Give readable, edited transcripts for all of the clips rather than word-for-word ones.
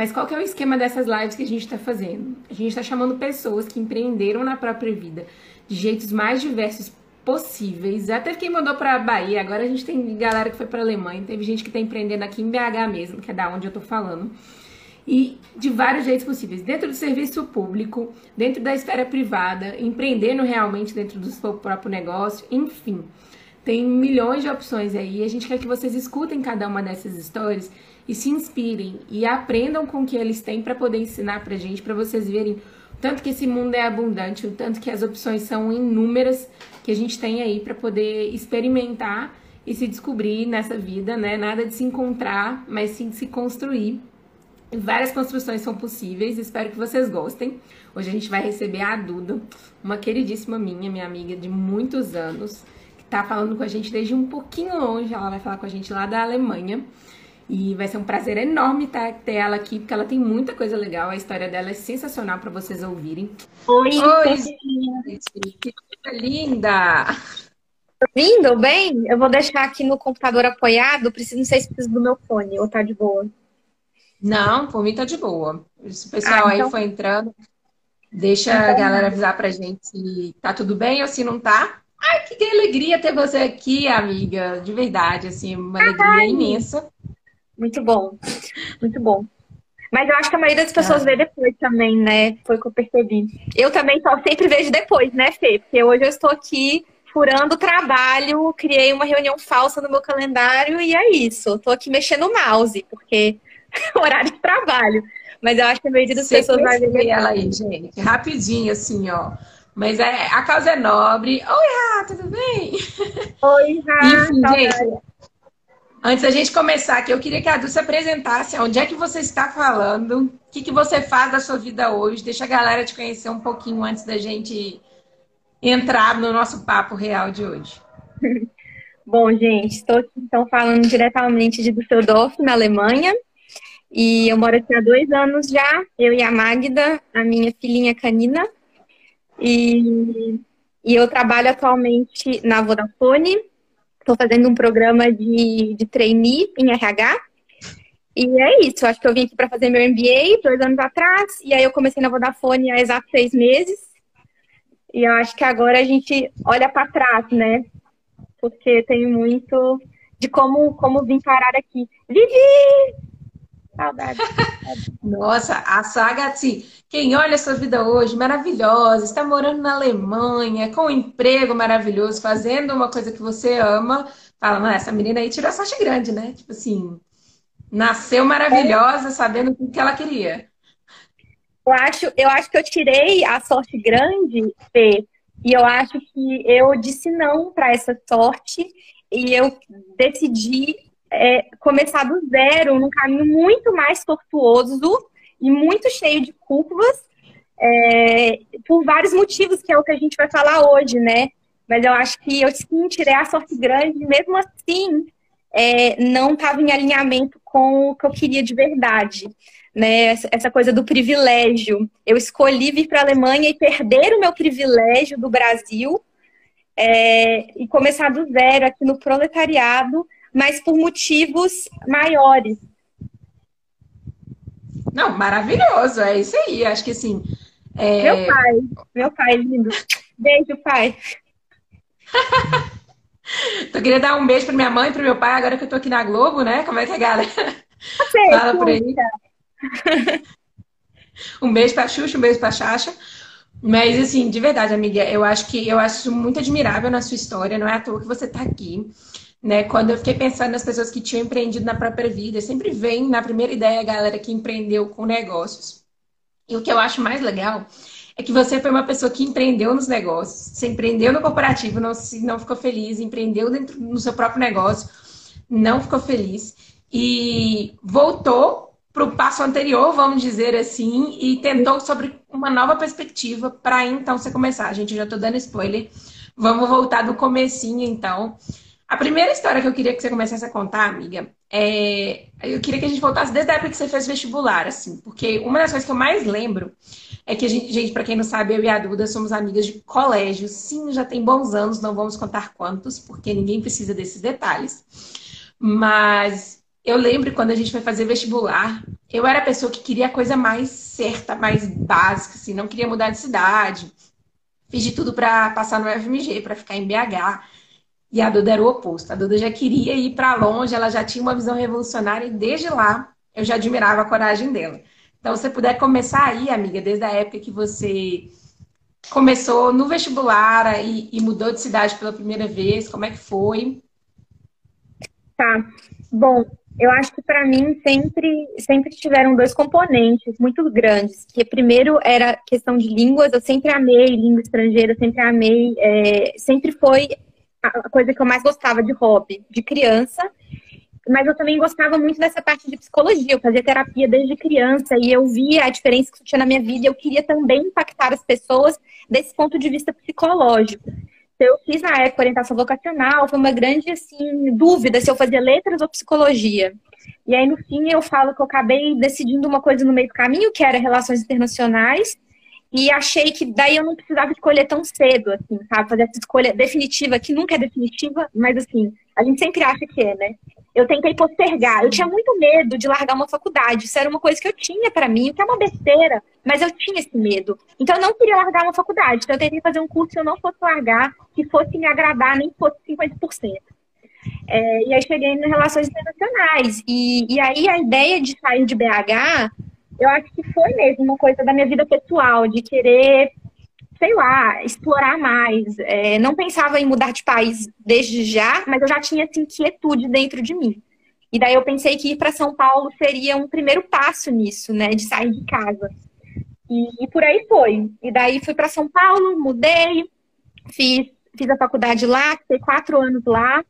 Mas qual que é o esquema dessas lives que a gente está fazendo? A gente está chamando pessoas que empreenderam na própria vida de jeitos mais diversos possíveis. Já teve quem mandou para a Bahia, agora a gente tem galera que foi para a Alemanha, teve gente que está empreendendo aqui em BH mesmo, que é da onde eu tô falando. E de vários jeitos possíveis, dentro do serviço público, dentro da esfera privada, empreendendo realmente dentro do seu próprio negócio, enfim. Tem milhões de opções aí. A gente quer que vocês escutem cada uma dessas histórias e se inspirem e aprendam com o que eles têm para poder ensinar pra gente, para vocês verem o tanto que esse mundo é abundante, o tanto que as opções são inúmeras que a gente tem aí para poder experimentar e se descobrir nessa vida, né? Nada de se encontrar, mas sim de se construir. Várias construções são possíveis, espero que vocês gostem. Hoje a gente vai receber a Duda, uma queridíssima minha amiga de muitos anos, que tá falando com a gente desde um pouquinho longe. Ela vai falar com a gente lá da Alemanha. E vai ser um prazer enorme ter ela aqui, porque ela tem muita coisa legal. A história dela é sensacional para vocês ouvirem. Oi, Oi, gente, que coisa linda! tá ouvindo bem? Eu vou deixar aqui no computador apoiado. Não sei se precisa do meu fone ou tá de boa. Não, por mim tá de boa. Se o pessoal aí Então, foi entrando, deixa a então galera avisar pra gente se tá tudo bem ou se não tá. Ai, que alegria ter você aqui, amiga. De verdade, assim, uma alegria imensa. muito bom, muito bom. Mas eu acho que a maioria das pessoas Ah, vê depois também, né? Foi o que eu percebi. Eu também só sempre vejo depois, né, Fê? Porque hoje eu estou aqui furando o trabalho, criei uma reunião falsa no meu calendário e é isso. Eu tô aqui mexendo o mouse, porque horário de trabalho. Mas eu acho que a maioria das pessoas vai ver sequenciei ela depois. aí, gente. Rapidinho, assim, ó. Mas a causa é nobre. Oi, Rá, tudo bem? Oi, Rá, Enfim, gente, saudade. antes da gente começar aqui, eu queria que a Dulce apresentasse onde é que você está falando, o que você faz da sua vida hoje. Deixa a galera te conhecer um pouquinho antes da gente entrar no nosso papo real de hoje. Bom, gente, estou aqui então falando diretamente de Düsseldorf, na Alemanha. E eu moro aqui há 2 anos já, eu e a Magda, a minha filhinha canina. E, e eu trabalho atualmente na Vodafone. Estou fazendo um programa de trainee em RH. E é isso, acho que eu vim aqui para fazer meu MBA 2 anos atrás. E aí eu comecei na Vodafone há exatos 6 meses. E eu acho que agora a gente olha para trás, né? Porque tem muito de como vim parar aqui. Vivi! Saudade. Nossa, a saga, assim, quem olha a sua vida hoje, maravilhosa, está morando na Alemanha, com um emprego maravilhoso, fazendo uma coisa que você ama, fala, "Não, essa menina aí tirou a sorte grande, né? Tipo assim, nasceu maravilhosa, sabendo tudo que ela queria. Eu acho que eu tirei a sorte grande, Fê, e eu acho que eu disse não para essa sorte e eu decidi começar do zero, num caminho muito mais tortuoso e muito cheio de curvas, por vários motivos, que é o que a gente vai falar hoje, né? Mas eu acho que eu sim tirei a sorte grande, e mesmo assim, não estava em alinhamento com o que eu queria de verdade, né? Essa coisa do privilégio. Eu escolhi vir para a Alemanha e perder o meu privilégio do Brasil, e começar do zero aqui no proletariado, mas por motivos maiores. Não, maravilhoso, é isso aí. Acho que assim, Meu é, pai, meu pai lindo. Beijo, pai. eu queria dar um beijo para minha mãe e para meu pai, agora que eu tô aqui na Globo, né? Como é que a galera Você, fala por aí? Xuxa. Um beijo pra Xuxa, um beijo pra Xaxa. Mas, assim, de verdade, amiga, eu acho muito admirável na sua história, não é à toa que você tá aqui, né? Quando eu fiquei pensando nas pessoas que tinham empreendido na própria vida, sempre vem na primeira ideia a galera que empreendeu com negócios. E o que eu acho mais legal é que você foi uma pessoa que empreendeu nos negócios, você empreendeu no corporativo, não ficou feliz, empreendeu dentro no seu próprio negócio, não ficou feliz, e voltou para o passo anterior, vamos dizer assim, e tentou sobre uma nova perspectiva para então você começar. Gente, eu já estou dando spoiler. Vamos voltar do comecinho, então. A primeira história que eu queria que você começasse a contar, amiga, eu queria que a gente voltasse desde a época que você fez vestibular, assim, porque uma das coisas que eu mais lembro é que gente, para quem não sabe, eu e a Duda somos amigas de colégio. Sim, já tem bons anos, não vamos contar quantos, porque ninguém precisa desses detalhes. Mas Eu lembro quando a gente foi fazer vestibular, eu era a pessoa que queria a coisa mais certa, mais básica, assim, não queria mudar de cidade. Fiz de tudo para passar no FMG, para ficar em BH. E a Duda era o oposto. A Duda já queria ir para longe, ela já tinha uma visão revolucionária e desde lá eu já admirava a coragem dela. Então, se você puder começar aí, amiga, desde a época que você começou no vestibular e mudou de cidade pela primeira vez, como é que foi? Tá. Bom, eu acho que para mim sempre tiveram dois componentes muito grandes. Que primeiro era questão de línguas. Eu sempre amei língua estrangeira, sempre amei, sempre foi a coisa que eu mais gostava de hobby, de criança. Mas eu também gostava muito dessa parte de psicologia. Eu fazia terapia desde criança e eu via a diferença que isso tinha na minha vida. E eu queria também impactar as pessoas desse ponto de vista psicológico. Eu fiz na época orientação vocacional, foi uma grande assim, dúvida se eu fazia letras ou psicologia. E aí, no fim, eu falo que eu acabei decidindo uma coisa no meio do caminho, que era relações internacionais, e achei que daí eu não precisava escolher tão cedo, assim, sabe? Fazer essa escolha definitiva, que nunca é definitiva, mas assim, a gente sempre acha que é, né? Eu tentei postergar, eu tinha muito medo de largar uma faculdade, isso era uma coisa que eu tinha pra mim, o que é uma besteira, mas eu tinha esse medo. Então eu não queria largar uma faculdade, então eu tentei fazer um curso que eu não fosse largar, que fosse me agradar, nem fosse 50%. E aí cheguei em relações internacionais, e aí a ideia de sair de BH, eu acho que foi mesmo uma coisa da minha vida pessoal, de querer, sei lá, explorar mais. Não pensava em mudar de país desde já, mas eu já tinha essa inquietude dentro de mim. E daí eu pensei que ir para São Paulo seria um primeiro passo nisso, né, de sair de casa. E por aí foi. E daí fui para São Paulo, mudei, fiz a faculdade lá, fiquei 4 anos lá.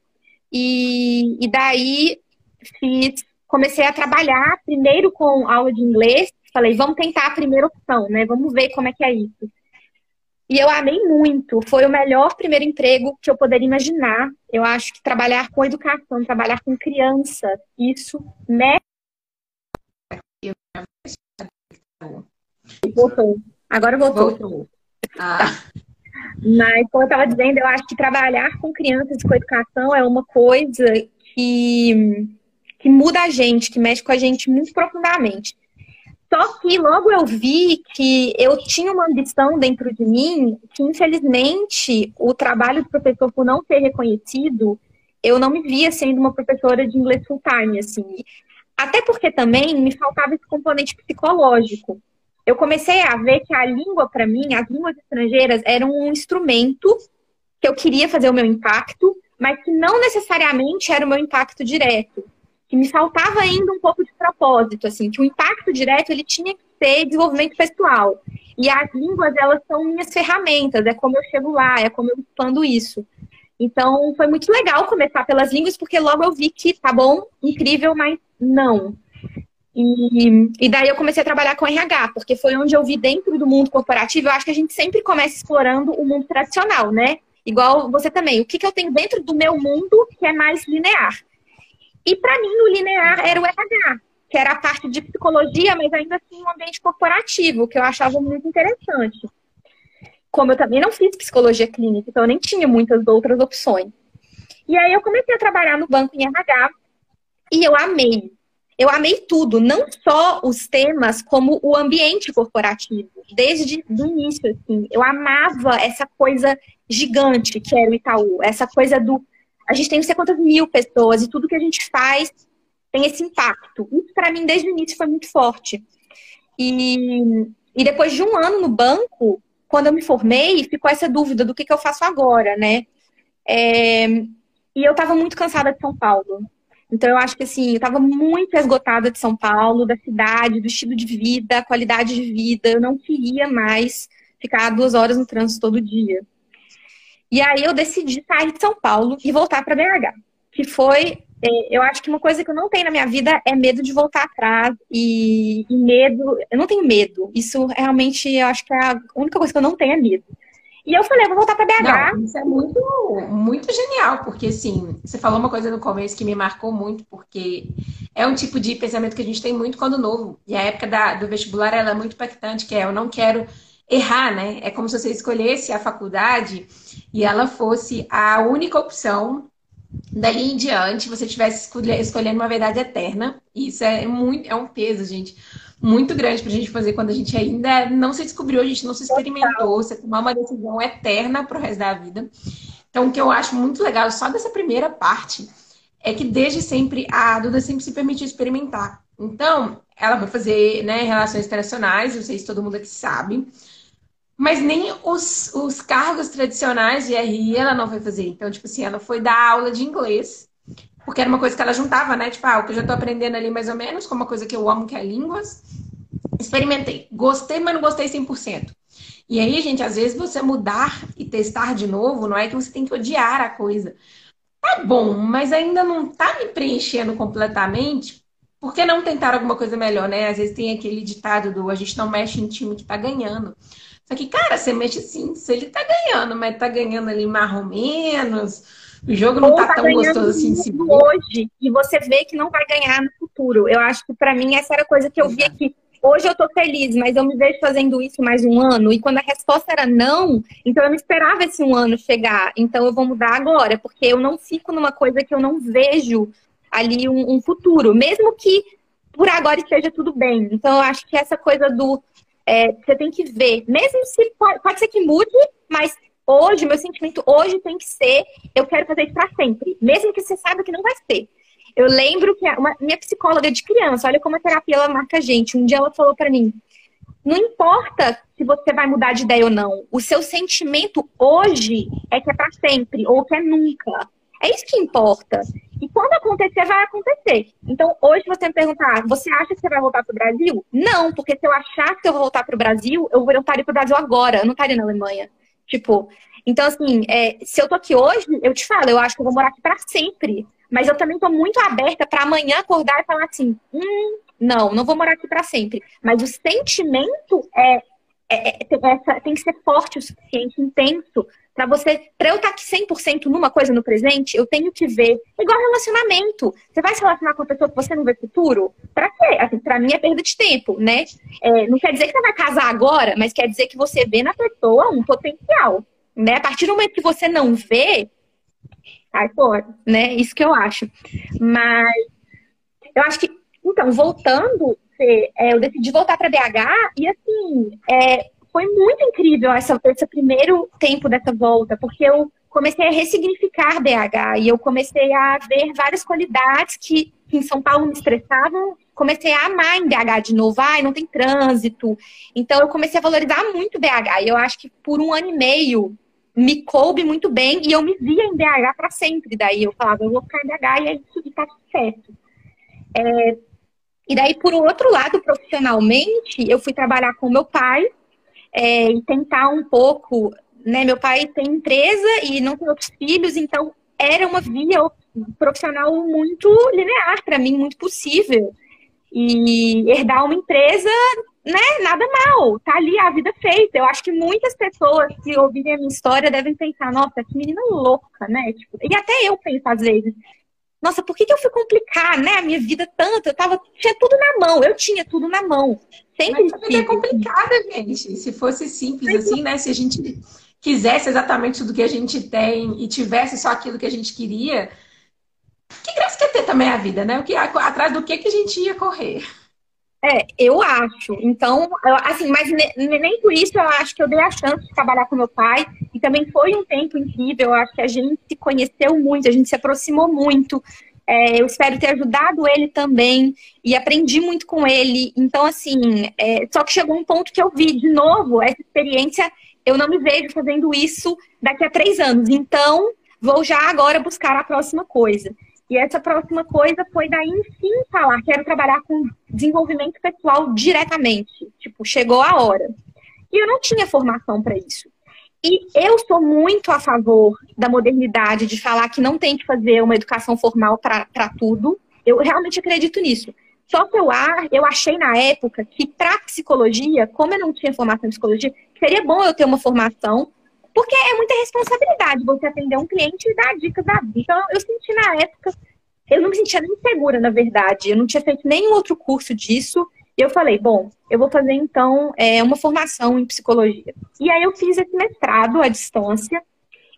E daí comecei a trabalhar primeiro com aula de inglês. Falei, vamos tentar a primeira opção, né? Vamos ver como é que é isso. E eu amei muito. Foi o melhor primeiro emprego que eu poderia imaginar. Eu acho que trabalhar com educação, trabalhar com criança, isso mexe. Voltou. Agora voltou. Voltou. Ah. Mas, como eu estava dizendo, eu acho que trabalhar com crianças com educação é uma coisa que muda a gente, que mexe com a gente muito profundamente. Só que logo eu vi que eu tinha uma ambição dentro de mim que, infelizmente, o trabalho do professor, por não ser reconhecido, eu não me via sendo uma professora de inglês full-time, assim. Até porque também me faltava esse componente psicológico. Eu comecei a ver que a língua, para mim, as línguas estrangeiras eram um instrumento que eu queria fazer o meu impacto, mas que não necessariamente era o meu impacto direto. Que me faltava ainda um pouco de propósito, assim, que o impacto direto ele tinha que ser desenvolvimento pessoal. E as línguas, elas são minhas ferramentas, é como eu chego lá, é como eu expando isso. Então, foi muito legal começar pelas línguas, porque logo eu vi que tá bom, incrível, mas não. E daí eu comecei a trabalhar com RH, porque foi onde eu vi dentro do mundo corporativo. Eu acho que a gente sempre começa explorando o mundo tradicional, né? Igual você também. O que eu tenho dentro do meu mundo que é mais linear? E para mim o linear era o RH, que era a parte de psicologia, mas ainda assim um ambiente corporativo, que eu achava muito interessante. Como eu também não fiz psicologia clínica, então eu nem tinha muitas outras opções. E aí eu comecei a trabalhar no banco em RH e eu amei. Eu amei tudo, não só os temas, como o ambiente corporativo. Desde o início, assim, eu amava essa coisa gigante que era o Itaú. Essa coisa do... A gente tem não sei quantas mil pessoas e tudo que a gente faz tem esse impacto. Isso, para mim, desde o início foi muito forte. E depois de um ano no banco, quando eu me formei, ficou essa dúvida do que eu faço agora, né? E eu estava muito cansada de São Paulo. Então, eu acho que, assim, eu estava muito esgotada de São Paulo, da cidade, do estilo de vida, qualidade de vida. Eu não queria mais ficar 2 horas no trânsito todo dia. E aí, eu decidi sair de São Paulo e voltar para BH. Que foi, eu acho que uma coisa que eu não tenho na minha vida é medo de voltar atrás. E medo, eu não tenho medo. Isso, realmente, eu acho que é a única coisa que eu não tenho é medo. E eu falei, eu vou voltar para BH. Não, isso é muito, muito genial, porque assim, você falou uma coisa no começo que me marcou muito, porque é um tipo de pensamento que a gente tem muito quando novo. E a época do vestibular ela é muito impactante, que é eu não quero errar, né? É como se você escolhesse a faculdade e ela fosse a única opção Dali em diante, você estivesse escolhendo uma verdade eterna. E isso é um peso, gente, muito grande pra gente fazer quando a gente ainda não se descobriu, a gente não se experimentou. Você tomar uma decisão eterna pro resto da vida. Então, o que eu acho muito legal só dessa primeira parte é que desde sempre a Duda sempre se permitiu experimentar. Então, ela vai fazer, né, relações internacionais, eu sei se todo mundo aqui sabe. Mas nem os cargos tradicionais de RI ela não foi fazer. Então, tipo assim, ela foi dar aula de inglês, porque era uma coisa que ela juntava, né? Tipo, o que eu já tô aprendendo ali mais ou menos, com uma coisa que eu amo, que é línguas. Experimentei. Gostei, mas não gostei 100%. E aí, gente, às vezes você mudar e testar de novo, não é que você tem que odiar a coisa. Tá bom, mas ainda não tá me preenchendo completamente. Por que não tentar alguma coisa melhor, né? Às vezes tem aquele ditado do a gente não mexe em time que tá ganhando. Só que, cara, você mexe sim, se ele tá ganhando, mas tá ganhando ali mais ou menos, o jogo não Ou tá tá tão ganhando gostoso assim de se muito ver. hoje e você vê que não vai ganhar no futuro. Eu acho que pra mim essa era a coisa que eu via Exato. que hoje eu tô feliz, mas eu me vejo fazendo isso mais um ano. E quando a resposta era não, então eu não esperava esse um ano chegar. Então eu vou mudar agora, porque eu não fico numa coisa que eu não vejo ali um futuro, mesmo que por agora esteja tudo bem. Então eu acho que essa coisa do você tem que ver, mesmo se pode ser que mude, mas hoje, meu sentimento hoje tem que ser, eu quero fazer isso pra sempre, mesmo que você saiba que não vai ser. Eu lembro que minha psicóloga de criança, olha como a terapia ela marca a gente. Um dia ela falou pra mim, não importa se você vai mudar de ideia ou não, o seu sentimento hoje é que é pra sempre, ou que é nunca. É isso que importa. E quando acontecer, vai acontecer. Então, hoje você me perguntar, você acha que você vai voltar pro Brasil? Não, porque se eu achar que eu vou voltar pro Brasil, eu voltaria pro Brasil agora, eu não estaria na Alemanha. Tipo, então assim, se eu tô aqui hoje, eu te falo, eu acho que eu vou morar aqui pra sempre. Mas eu também tô muito aberta pra amanhã acordar e falar assim, não vou morar aqui pra sempre. Mas o sentimento tem que ser forte o suficiente, intenso, pra eu estar aqui 100% numa coisa no presente, eu tenho que ver. É igual relacionamento. Você vai se relacionar com uma pessoa que você não vê futuro? Pra quê? Assim, pra mim é perda de tempo, né? Não quer dizer que você vai casar agora, mas quer dizer que você vê na pessoa um potencial, né? A partir do momento que você não vê, sai fora, né? Isso que eu acho. Mas eu acho que, então, voltando, eu decidi voltar para BH e, assim, foi muito incrível esse primeiro tempo dessa volta, porque eu comecei a ressignificar BH e eu comecei a ver várias qualidades que em São Paulo me estressavam, comecei a amar em BH de novo. Ai, não tem trânsito. Então, eu comecei a valorizar muito BH e eu acho que por um ano e meio me coube muito bem e eu me via em BH para sempre. Daí eu falava, eu vou ficar em BH e é isso que tá certo. E daí, por outro lado, profissionalmente, eu fui trabalhar com meu pai e tentar um pouco, né? Meu pai tem empresa e não tem outros filhos, então era uma via profissional muito linear para mim, muito possível. E herdar uma empresa, né? Nada mal, tá ali a vida feita. Eu acho que muitas pessoas que ouvirem a minha história devem pensar, nossa, que menina louca, né? Tipo, e até eu penso às vezes. Nossa, por que eu fui complicar, né, a minha vida tanto? Tinha tudo na mão, eu tinha tudo na mão. Sempre Mas a vida é tive. complicada, gente. Se fosse simples assim, né? Se a gente quisesse exatamente tudo que a gente tem e tivesse só aquilo que a gente queria, que graça que ia ter também a vida, né? Atrás do que a gente ia correr? Eu acho. Então, assim, mas nem por isso eu acho que eu dei a chance de trabalhar com meu pai. E também foi um tempo incrível. Eu acho que a gente se conheceu muito, a gente se aproximou muito. Eu espero ter ajudado ele também e aprendi muito com ele. Então, assim, só que chegou um ponto que eu vi, de novo, essa experiência, eu não me vejo fazendo isso daqui a 3 anos. Então, vou já agora buscar a próxima coisa. E essa próxima coisa foi daí, enfim, falar, quero trabalhar com desenvolvimento pessoal diretamente. Tipo, chegou a hora. E eu não tinha formação para isso. E eu sou muito a favor da modernidade, de falar que não tem que fazer uma educação formal para tudo. Eu realmente acredito nisso. Só que eu achei na época que para psicologia, como eu não tinha formação em psicologia, seria bom eu ter uma formação, porque é muita responsabilidade você atender um cliente e dar dicas da vida. Então, eu senti na época, eu não me sentia nem segura, na verdade. Eu não tinha feito nenhum outro curso disso. E eu falei, bom, eu vou fazer então uma formação em psicologia. E aí eu fiz esse mestrado à distância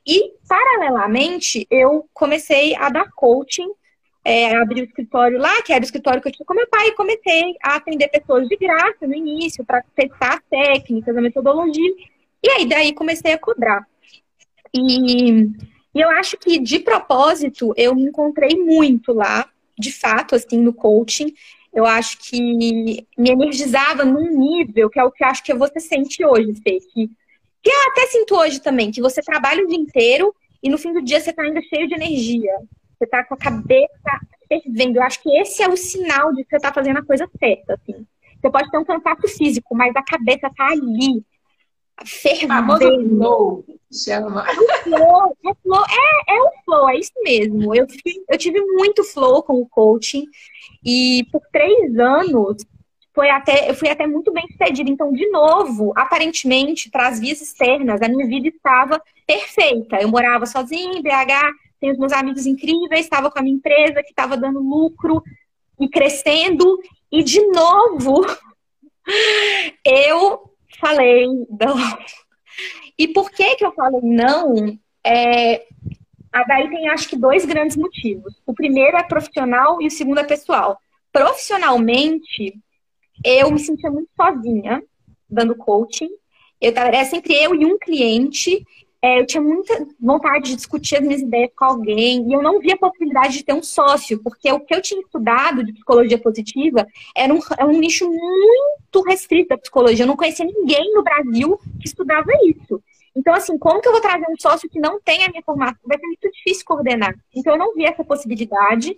E, paralelamente, eu comecei a dar coaching, abri o escritório lá, que era o escritório que eu tinha com meu pai, e comecei a atender pessoas de graça no início, para testar as técnicas, a metodologia. E aí, daí, comecei a cobrar. E, e eu acho que, de propósito, eu me encontrei muito lá, de fato, assim, no coaching. Eu acho que me energizava num nível que é o que eu acho que você sente hoje, Fê, que eu até sinto hoje também, que você trabalha o dia inteiro e no fim do dia você tá ainda cheio de energia. Você tá com a cabeça fervendo. Eu acho que esse é o sinal de que você tá fazendo a coisa certa, assim. Você pode ter um cansaço físico, mas a cabeça tá ali, Famoso fervendo. flow, chama. O flow, é isso mesmo. Eu tive muito flow com o coaching e por 3 anos eu fui até muito bem sucedida. Então, de novo, aparentemente, para as vias externas, a minha vida estava perfeita. Eu morava sozinha em BH, tenho os meus amigos incríveis, estava com a minha empresa que estava dando lucro e crescendo. E, de novo, eu falei, não. E por que que eu falei não? Daí tem, acho que, dois grandes motivos. O primeiro é profissional e o segundo é pessoal. Profissionalmente, eu me sentia muito sozinha dando coaching. Era sempre eu e um cliente. Eu tinha muita vontade de discutir as minhas ideias com alguém e eu não via a possibilidade de ter um sócio, porque o que eu tinha estudado de psicologia positiva era um nicho muito restrito da psicologia. Eu não conhecia ninguém no Brasil que estudava isso. Então, assim, como que eu vou trazer um sócio que não tem a minha formação? Vai ser muito difícil coordenar. Então, eu não via essa possibilidade.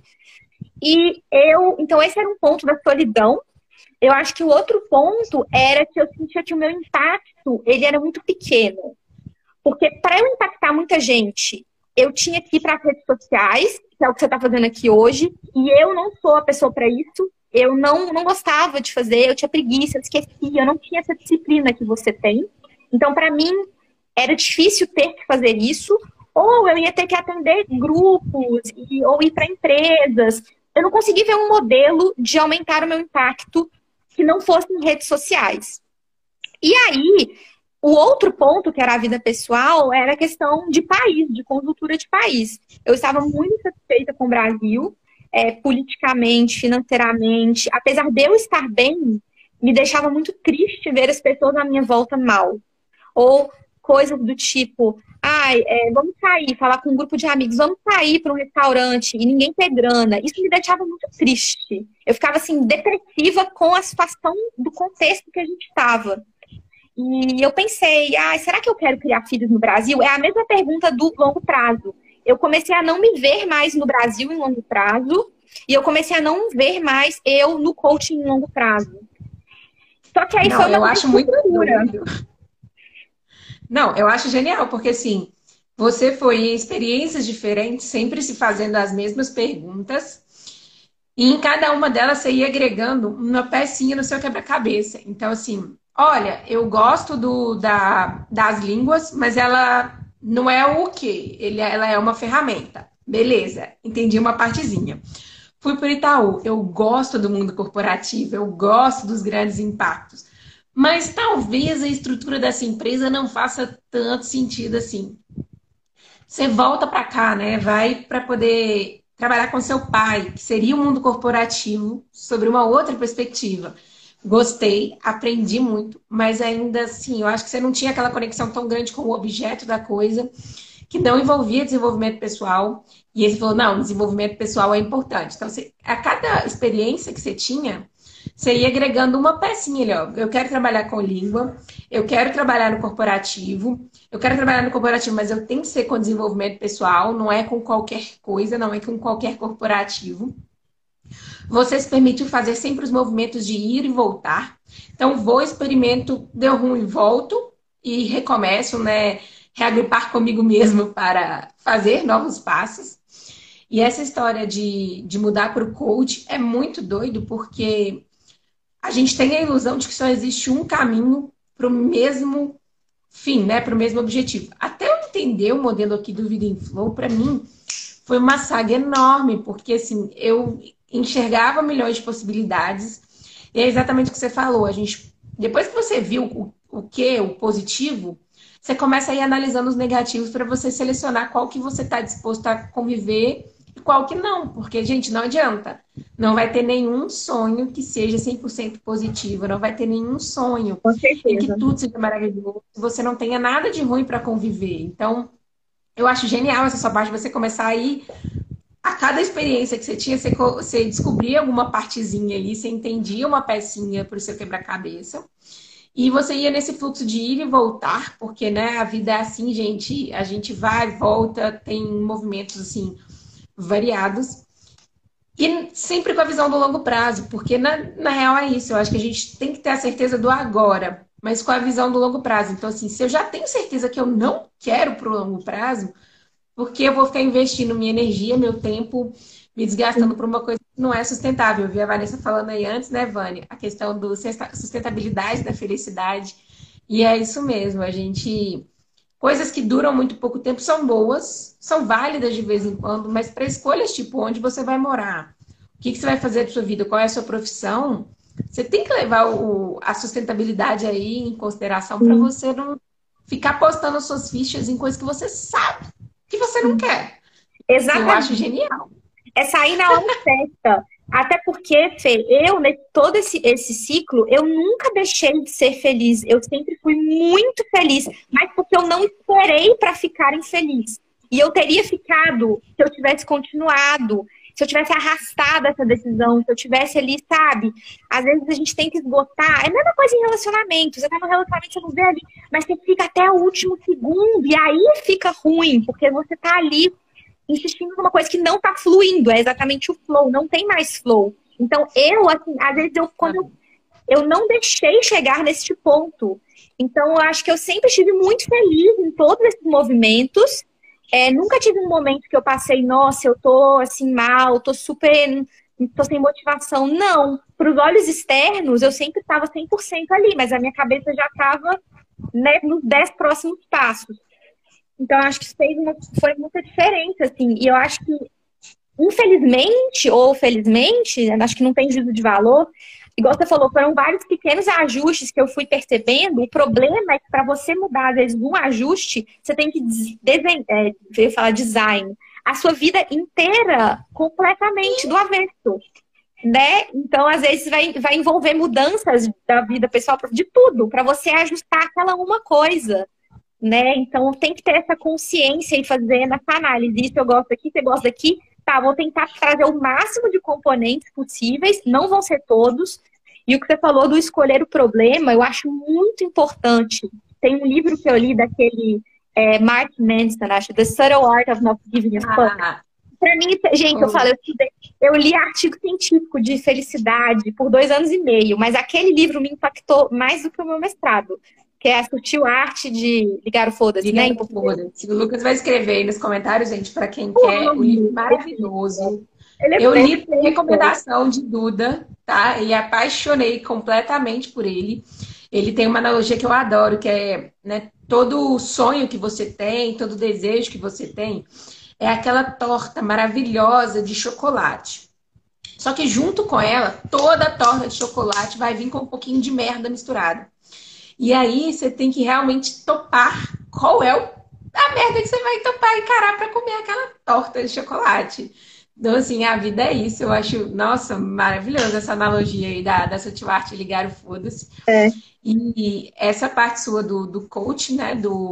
Então, esse era um ponto da solidão. Eu acho que o outro ponto era que eu sentia que o meu impacto, ele era muito pequeno. Porque para eu impactar muita gente, eu tinha que ir para as redes sociais, que é o que você está fazendo aqui hoje, e eu não sou a pessoa para isso. Eu não gostava de fazer, eu tinha preguiça, eu esquecia, eu não tinha essa disciplina que você tem. Então, para mim, era difícil ter que fazer isso, ou eu ia ter que atender grupos, ou ir para empresas. Eu não consegui ver um modelo de aumentar o meu impacto que não fosse em redes sociais. E aí, o outro ponto, que era a vida pessoal, era a questão de país, de conjuntura de país. Eu estava muito satisfeita com o Brasil, politicamente, financeiramente. Apesar de eu estar bem, me deixava muito triste ver as pessoas à minha volta mal. Ou coisas do tipo, vamos sair, falar com um grupo de amigos, vamos sair para um restaurante e ninguém ter grana. Isso me deixava muito triste. Eu ficava, assim, depressiva com a situação do contexto que a gente estava. E eu pensei, será que eu quero criar filhos no Brasil? É a mesma pergunta do longo prazo. Eu comecei a não me ver mais no Brasil em longo prazo e eu comecei a não ver mais eu no coaching em longo prazo. Só que aí Não, foi uma eu acho muito loucura. Não, eu acho genial, porque assim, você foi em experiências diferentes, sempre se fazendo as mesmas perguntas, e em cada uma delas você ia agregando uma pecinha no seu quebra-cabeça. Então, assim, olha, eu gosto das línguas, mas ela não é o quê? Ela é uma ferramenta. Beleza, entendi uma partezinha. Fui para o Itaú, eu gosto do mundo corporativo, eu gosto dos grandes impactos. Mas talvez a estrutura dessa empresa não faça tanto sentido assim. Você volta para cá, né? Vai para poder trabalhar com seu pai, que seria o mundo corporativo, sobre uma outra perspectiva. Gostei, aprendi muito, mas ainda assim, eu acho que você não tinha aquela conexão tão grande com o objeto da coisa, que não envolvia desenvolvimento pessoal. E ele falou, não, desenvolvimento pessoal é importante. Então, a cada experiência que você tinha, você ia agregando uma pecinha ali, ó. Eu quero trabalhar com língua, eu quero trabalhar no corporativo, mas eu tenho que ser com desenvolvimento pessoal, não é com qualquer coisa, não é com qualquer corporativo. Você se permitiu fazer sempre os movimentos de ir e voltar. Então, vou, experimento, deu ruim, volto e recomeço, né? Reagrupar comigo mesmo para fazer novos passos. E essa história de mudar para o coach é muito doido, porque a gente tem a ilusão de que só existe um caminho para o mesmo fim, né? Para o mesmo objetivo. Até eu entender o modelo aqui do Vida em Flow, para mim, foi uma saga enorme, porque assim, eu enxergava milhões de possibilidades. E é exatamente o que você falou. Depois que você viu o positivo, você começa a ir analisando os negativos para você selecionar qual que você está disposto a conviver e qual que não. Porque, gente, não adianta. Não vai ter nenhum sonho que seja 100% positivo. Não vai ter nenhum sonho Com em que certeza. tudo seja maravilhoso. Se você não tenha nada de ruim para conviver. Então, eu acho genial essa sua parte, você começar a ir a cada experiência que você tinha, você descobria alguma partezinha ali, você entendia uma pecinha para o seu quebra-cabeça. E você ia nesse fluxo de ir e voltar, porque, né, a vida é assim, gente. A gente vai, volta, tem movimentos, assim, variados. E sempre com a visão do longo prazo, porque na real é isso. Eu acho que a gente tem que ter a certeza do agora, mas com a visão do longo prazo. Então, assim, se eu já tenho certeza que eu não quero pro longo prazo, porque eu vou ficar investindo minha energia, meu tempo, me desgastando por uma coisa que não é sustentável. Eu vi a Vanessa falando aí antes, né, Vânia? A questão do sustentabilidade da felicidade. E é isso mesmo, a gente. Coisas que duram muito pouco tempo são boas, são válidas de vez em quando, mas para escolhas tipo onde você vai morar, o que você vai fazer da sua vida, qual é a sua profissão, você tem que levar a sustentabilidade aí em consideração para Sim, você não ficar postando suas fichas em coisas que você sabe que você não sim. quer. Assim, eu acho Exatamente. genial. É sair na hora certa. Até porque, Fê, todo esse ciclo, eu nunca deixei de ser feliz. Eu sempre fui muito feliz, mas porque eu não esperei para ficar infeliz. E eu teria ficado se eu tivesse continuado, se eu tivesse arrastado essa decisão, se eu tivesse ali, sabe? Às vezes a gente tem que esgotar. É a mesma coisa em relacionamento. Você tá no relacionamento, você não vê ali, mas você fica até o último segundo, e aí fica ruim, porque você tá ali insistindo numa coisa que não tá fluindo, é exatamente o flow, não tem mais flow. Então, assim, às vezes eu não deixei chegar neste ponto. Então, eu acho que eu sempre estive muito feliz em todos esses movimentos. Nunca tive um momento que eu passei, nossa, eu tô assim mal, tô super, tô sem motivação. Não. Para os olhos externos, eu sempre estava 100% ali, mas a minha cabeça já estava, né, nos 10 próximos passos. Então, eu acho que isso foi muita diferença, assim. E eu acho que, infelizmente ou felizmente, né, acho que não tem juízo de valor, igual você falou, foram vários pequenos ajustes que eu fui percebendo. O problema é que para você mudar, às vezes, um ajuste, você tem que eu ia falar design, a sua vida inteira completamente do avesso, né? Então, às vezes, vai envolver mudanças da vida pessoal, de tudo, para você ajustar aquela uma coisa, né? Então tem que ter essa consciência e fazer essa análise. Isso eu gosto aqui, você gosta aqui. Tá, vou tentar trazer o máximo de componentes possíveis, não vão ser todos. E o que você falou do escolher o problema, eu acho muito importante. Tem um livro que eu li daquele Mark Manson, acho, The Subtle Art of Not Giving a Fuck. Ah, Pra mim, gente, eu li artigo científico de felicidade por 2 anos e meio, mas aquele livro me impactou mais do que o meu mestrado, que é a sutil arte de ligar o foda-se, né? liga Em no português. foda-se. O Lucas vai escrever aí nos comentários, gente, para quem O quer. O livro nome, maravilhoso. ele é Eu li por perfeito. recomendação de Duda, tá? E apaixonei completamente por ele. Ele tem uma analogia que eu adoro, que é, né, todo sonho que você tem, todo desejo que você tem, é aquela torta maravilhosa de chocolate. Só que junto com ela, toda a torta de chocolate vai vir com um pouquinho de merda misturada. E aí você tem que realmente topar qual é a merda que você vai topar e encarar para comer aquela torta de chocolate. Então, assim, a vida é isso. Eu acho, nossa, maravilhosa essa analogia aí da Sutil Arte ligar o foda-se. É. E essa parte sua do coach, né?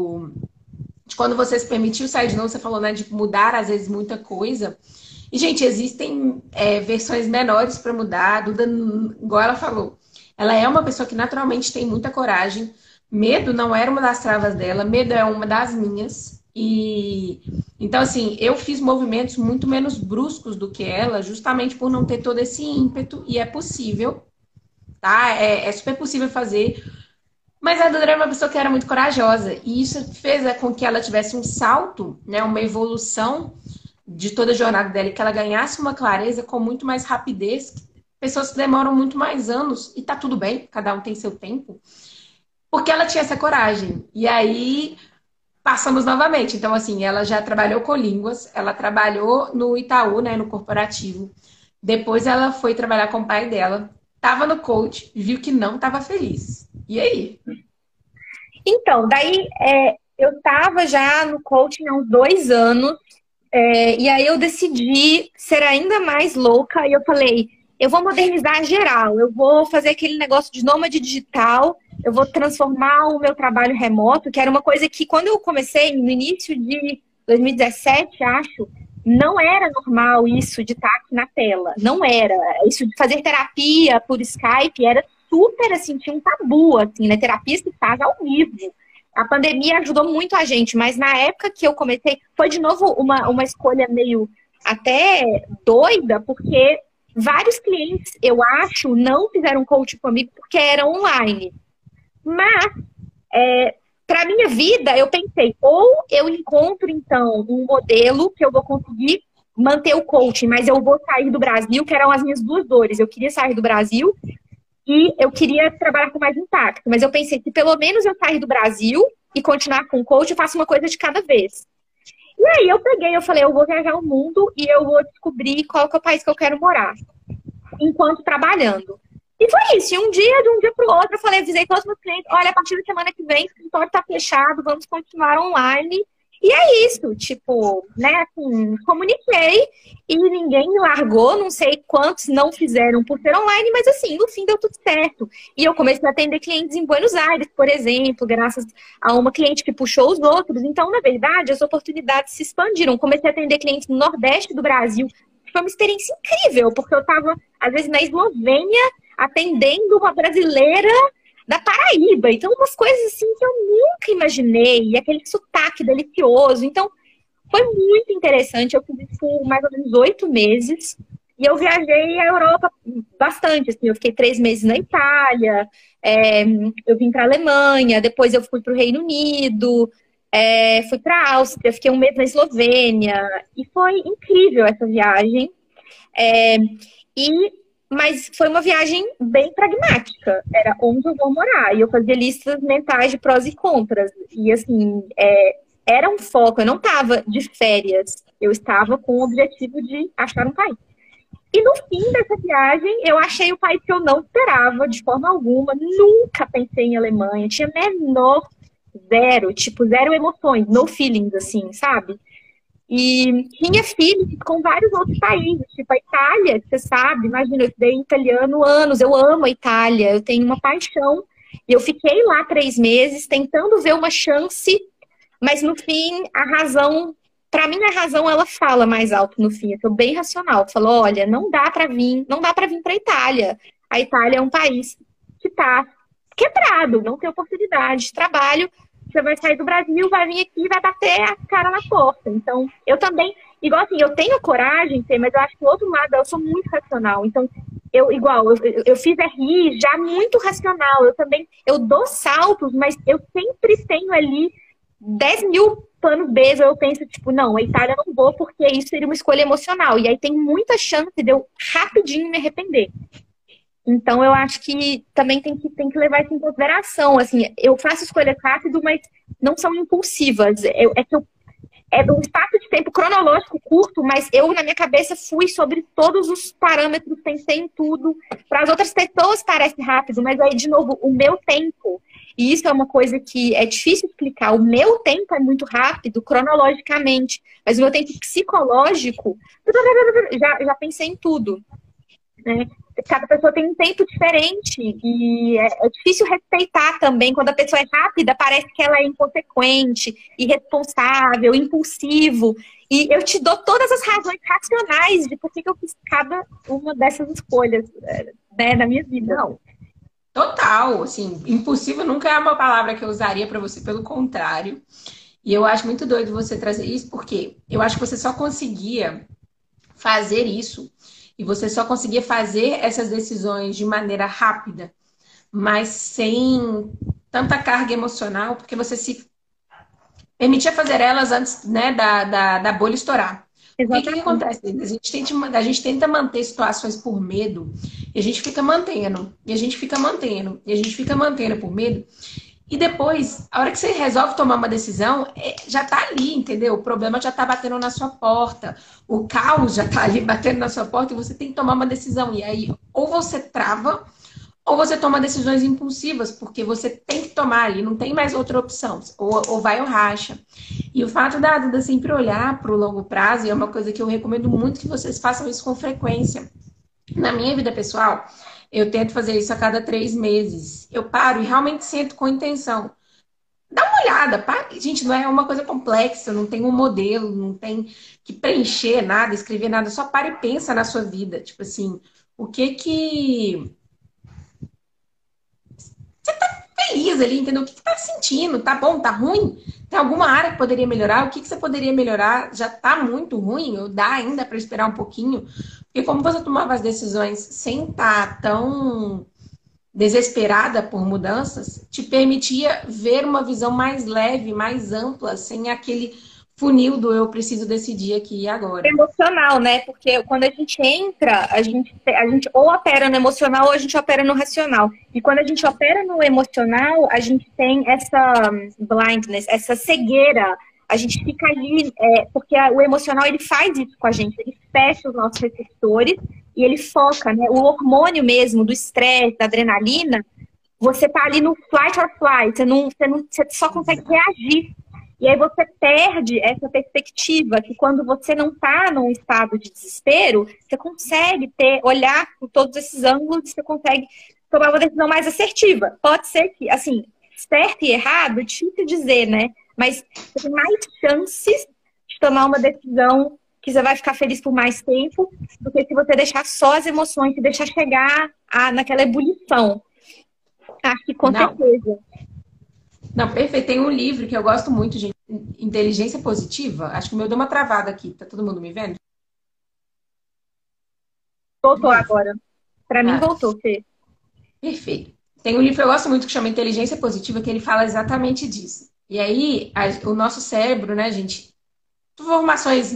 De quando você se permitiu sair de novo, você falou, né? De mudar, às vezes, muita coisa. E, gente, existem versões menores para mudar. A Duda, igual ela falou, ela é uma pessoa que naturalmente tem muita coragem. Medo não era uma das travas dela, medo é uma das minhas. E então, assim, eu fiz movimentos muito menos bruscos do que ela, justamente por não ter todo esse ímpeto, e é possível, tá? É super possível fazer. Mas a Duda era uma pessoa que era muito corajosa, e isso fez com que ela tivesse um salto, né, uma evolução de toda a jornada dela, e que ela ganhasse uma clareza com muito mais rapidez. Pessoas que demoram muito mais anos, e tá tudo bem, cada um tem seu tempo, porque ela tinha essa coragem. E aí passamos novamente. Então, assim, ela já trabalhou com línguas, ela trabalhou no Itaú, né, no corporativo. Depois ela foi trabalhar com o pai dela, tava no coach, viu que não tava feliz. E aí? Então, daí Eu tava já no coaching há uns 2 anos. E aí eu decidi ser ainda mais louca e eu falei, eu vou modernizar geral, eu vou fazer aquele negócio de nômade digital, eu vou transformar o meu trabalho remoto, que era uma coisa que quando eu comecei, no início de 2017, acho, não era normal isso de estar aqui na tela, não era. Isso de fazer terapia por Skype era super, assim, tinha um tabu, assim, né? Terapia se faz ao vivo. A pandemia ajudou muito a gente, mas na época que eu comecei, foi de novo uma escolha meio até doida, porque vários clientes, eu acho, não fizeram coaching comigo porque era online. Mas, para minha vida, eu pensei, ou eu encontro, então, um modelo que eu vou conseguir manter o coaching, mas eu vou sair do Brasil, que eram as minhas duas dores. Eu queria sair do Brasil e eu queria trabalhar com mais impacto. Mas eu pensei que pelo menos eu sair do Brasil e continuar com o coach, eu faço uma coisa de cada vez. E aí eu falei, eu vou viajar o mundo e eu vou descobrir qual que é o país que eu quero morar, enquanto trabalhando. E foi isso. E de um dia para o outro, eu falei, avisei todos os meus clientes, olha, a partir da semana que vem, o escritório está fechado, vamos continuar online. E é isso, tipo, né, assim, comuniquei e ninguém me largou, não sei quantos não fizeram por ser online, mas assim, no fim deu tudo certo. E eu comecei a atender clientes em Buenos Aires, por exemplo, graças a uma cliente que puxou os outros. Então, na verdade, as oportunidades se expandiram. Comecei a atender clientes no Nordeste do Brasil. Foi uma experiência incrível, porque eu estava, às vezes, na Eslovênia, atendendo uma brasileira da Paraíba. Então, umas coisas assim que eu nunca imaginei. E aquele sotaque delicioso. Então, foi muito interessante. Eu fiz isso por mais ou menos 8 meses. E eu viajei a Europa bastante. Assim, eu fiquei 3 meses na Itália. Eu vim para a Alemanha. Depois eu fui para o Reino Unido. Fui para a Áustria. Fiquei um mês na Eslovênia. E foi incrível essa viagem. Mas foi uma viagem bem pragmática. Era onde eu vou morar. E eu fazia listas mentais de prós e contras. E, assim, era um foco. Eu não estava de férias. Eu estava com o objetivo de achar um país. E no fim dessa viagem, eu achei o país que eu não esperava de forma alguma. Nunca pensei em Alemanha. Tinha menor zero emoções, no feelings, assim, sabe? E tinha filhos com vários outros países, tipo a Itália, que você sabe, imagina, eu estudei italiano anos, eu amo a Itália, eu tenho uma paixão. E eu fiquei lá 3 meses tentando ver uma chance, mas no fim, para mim a razão ela fala mais alto no fim, eu sou bem racional. Falou, olha, não dá para vir para a Itália. A Itália é um país que está quebrado, não tem oportunidade de trabalho. Você vai sair do Brasil, vai vir aqui e vai bater a cara na porta. Então, eu também, igual assim, eu tenho coragem, mas eu acho que o outro lado, eu sou muito racional. Então, eu fiz RI já muito racional. Eu dou saltos, mas eu sempre tenho ali 10 mil planos B. Eu penso, tipo, não, a Itália eu não vou, porque isso seria uma escolha emocional. E aí tem muita chance de eu rapidinho me arrepender. Então, eu acho que também tem que levar isso em consideração. Assim, eu faço escolhas rápido, mas não são impulsivas. É um espaço de tempo cronológico curto, mas eu, na minha cabeça, fui sobre todos os parâmetros, pensei em tudo. Para as outras pessoas parece rápido, mas aí, de novo, o meu tempo, e isso é uma coisa que é difícil explicar, o meu tempo é muito rápido, cronologicamente, mas o meu tempo psicológico, já pensei em tudo, né? Cada pessoa tem um tempo diferente e é difícil respeitar também. Quando a pessoa é rápida, parece que ela é inconsequente, irresponsável, impulsivo. E eu te dou todas as razões racionais de por que eu fiz cada uma dessas escolhas, né, na minha vida. Não, total, assim, impulsivo nunca é uma palavra que eu usaria para você, pelo contrário. E eu acho muito doido você trazer isso, porque eu acho que você só conseguia fazer isso e você só conseguia fazer essas decisões de maneira rápida, mas sem tanta carga emocional, porque você se permitia fazer elas antes, né, da bolha estourar. O que acontece? A gente tenta manter situações por medo e a gente fica mantendo, e a gente fica mantendo, e a gente fica mantendo por medo. E depois, a hora que você resolve tomar uma decisão, já tá ali, entendeu? O problema já tá batendo na sua porta. O caos já tá ali batendo na sua porta e você tem que tomar uma decisão. E aí, ou você trava, ou você toma decisões impulsivas, porque você tem que tomar ali, não tem mais outra opção, ou vai ou racha. E o fato da Duda sempre olhar para o longo prazo, e é uma coisa que eu recomendo muito que vocês façam isso com frequência. Na minha vida pessoal, eu tento fazer isso a cada 3 meses. Eu paro e realmente sento com intenção. Dá uma olhada, pá. Gente, não é uma coisa complexa, não tem um modelo, não tem que preencher nada, escrever nada, só para e pensa na sua vida. Tipo assim, o que feliz ali, entendeu? O que tá sentindo? Tá bom? Tá ruim? Tem alguma área que poderia melhorar? O que você poderia melhorar? Já tá muito ruim? Ou dá ainda para esperar um pouquinho? Porque como você tomava as decisões sem estar tão desesperada por mudanças, te permitia ver uma visão mais leve, mais ampla, sem aquele funil do eu preciso decidir aqui e agora. Emocional, né? Porque quando a gente entra, a gente ou opera no emocional ou a gente opera no racional. E quando a gente opera no emocional, a gente tem essa blindness, essa cegueira. A gente fica ali, porque o emocional ele faz isso com a gente, ele fecha os nossos receptores e ele foca, né? O hormônio mesmo do estresse, da adrenalina, você tá ali no flight or flight, você só consegue reagir. E aí você perde essa perspectiva que quando você não está num estado de desespero, você consegue olhar por todos esses ângulos e você consegue tomar uma decisão mais assertiva. Pode ser que, assim, certo e errado, é difícil dizer, né? Mas você tem mais chances de tomar uma decisão que você vai ficar feliz por mais tempo do que se você deixar só as emoções, se deixar chegar naquela ebulição. Acho que com certeza. Não, perfeito. Tem um livro que eu gosto muito, gente. Inteligência Positiva. Acho que o meu deu uma travada aqui. Tá todo mundo me vendo? Voltou agora. Para mim, voltou, Fê. Perfeito. Tem um livro que eu gosto muito que chama Inteligência Positiva, que ele fala exatamente disso. E aí, o nosso cérebro, né, gente? Formações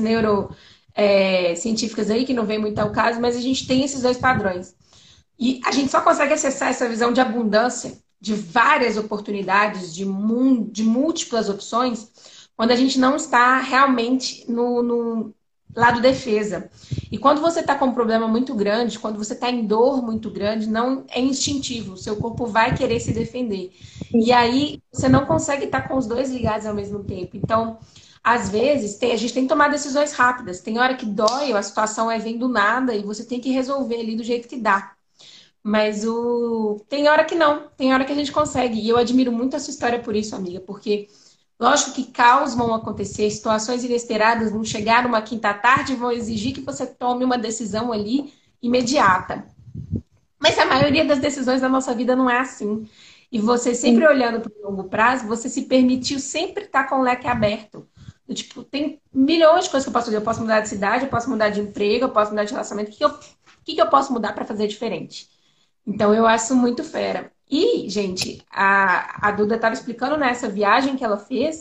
científicas aí, que não vem muito ao caso, mas a gente tem esses dois padrões. E a gente só consegue acessar essa visão de abundância, de várias oportunidades, de múltiplas opções, quando a gente não está realmente no lado defesa. E quando você está com um problema muito grande, quando você está em dor muito grande, não é instintivo, o seu corpo vai querer se defender. E aí você não consegue estar com os dois ligados ao mesmo tempo. Então, às vezes, a gente tem que tomar decisões rápidas. Tem hora que dói, a situação vem do nada e você tem que resolver ali do jeito que dá. Mas tem hora que não, tem hora que a gente consegue. E eu admiro muito a sua história por isso, amiga, porque lógico que caos vão acontecer, situações inesperadas vão chegar numa quinta tarde e vão exigir que você tome uma decisão ali imediata. Mas a maioria das decisões da nossa vida não é assim. E você sempre olhando para o longo prazo, você se permitiu sempre estar com o leque aberto. Tipo, tem milhões de coisas que eu posso fazer. Eu posso mudar de cidade, eu posso mudar de emprego, eu posso mudar de relacionamento. O que eu posso mudar para fazer diferente? Então, eu acho muito fera. E, gente, a Duda estava explicando nessa viagem que ela fez,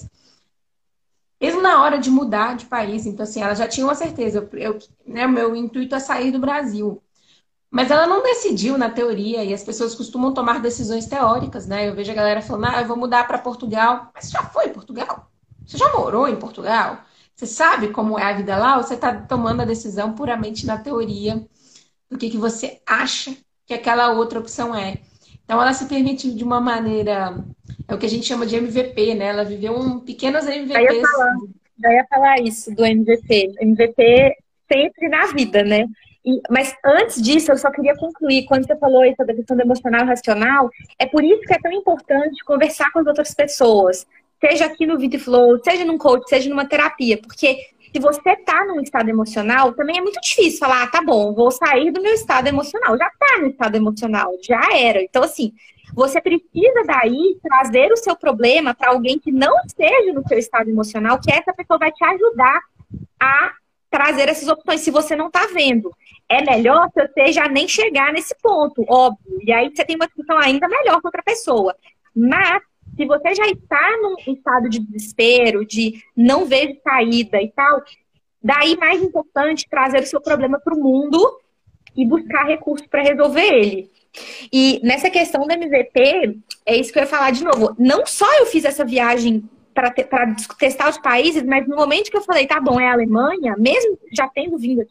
mesmo na hora de mudar de país. Então, assim, ela já tinha uma certeza. O meu intuito é sair do Brasil. Mas ela não decidiu na teoria, e as pessoas costumam tomar decisões teóricas, né? Eu vejo a galera falando, eu vou mudar para Portugal. Mas você já foi em Portugal? Você já morou em Portugal? Você sabe como é a vida lá? Ou você está tomando a decisão puramente na teoria do que você acha que aquela outra opção é? Então, ela se permitiu de uma maneira, é o que a gente chama de MVP, né? Ela viveu pequenos MVPs. Já ia falar isso do MVP. MVP sempre na vida, né? Mas antes disso, eu só queria concluir, quando você falou isso da questão do emocional e racional, é por isso que é tão importante conversar com as outras pessoas, seja aqui no VitaFlow, seja num coach, seja numa terapia, porque se você tá num estado emocional, também é muito difícil falar, tá bom, vou sair do meu estado emocional. Já tá no estado emocional, já era. Então, assim, você precisa daí trazer o seu problema para alguém que não esteja no seu estado emocional, que essa pessoa vai te ajudar a trazer essas opções, se você não tá vendo. É melhor se você já nem chegar nesse ponto, óbvio. E aí você tem uma discussão ainda melhor com outra pessoa. Mas, se você já está num estado de desespero, de não vejo saída e tal, daí mais importante trazer o seu problema para o mundo e buscar recursos para resolver ele. E nessa questão do MVP, é isso que eu ia falar de novo. Não só eu fiz essa viagem para testar os países, mas no momento que eu falei, tá bom, é a Alemanha, mesmo já tendo vindo aqui,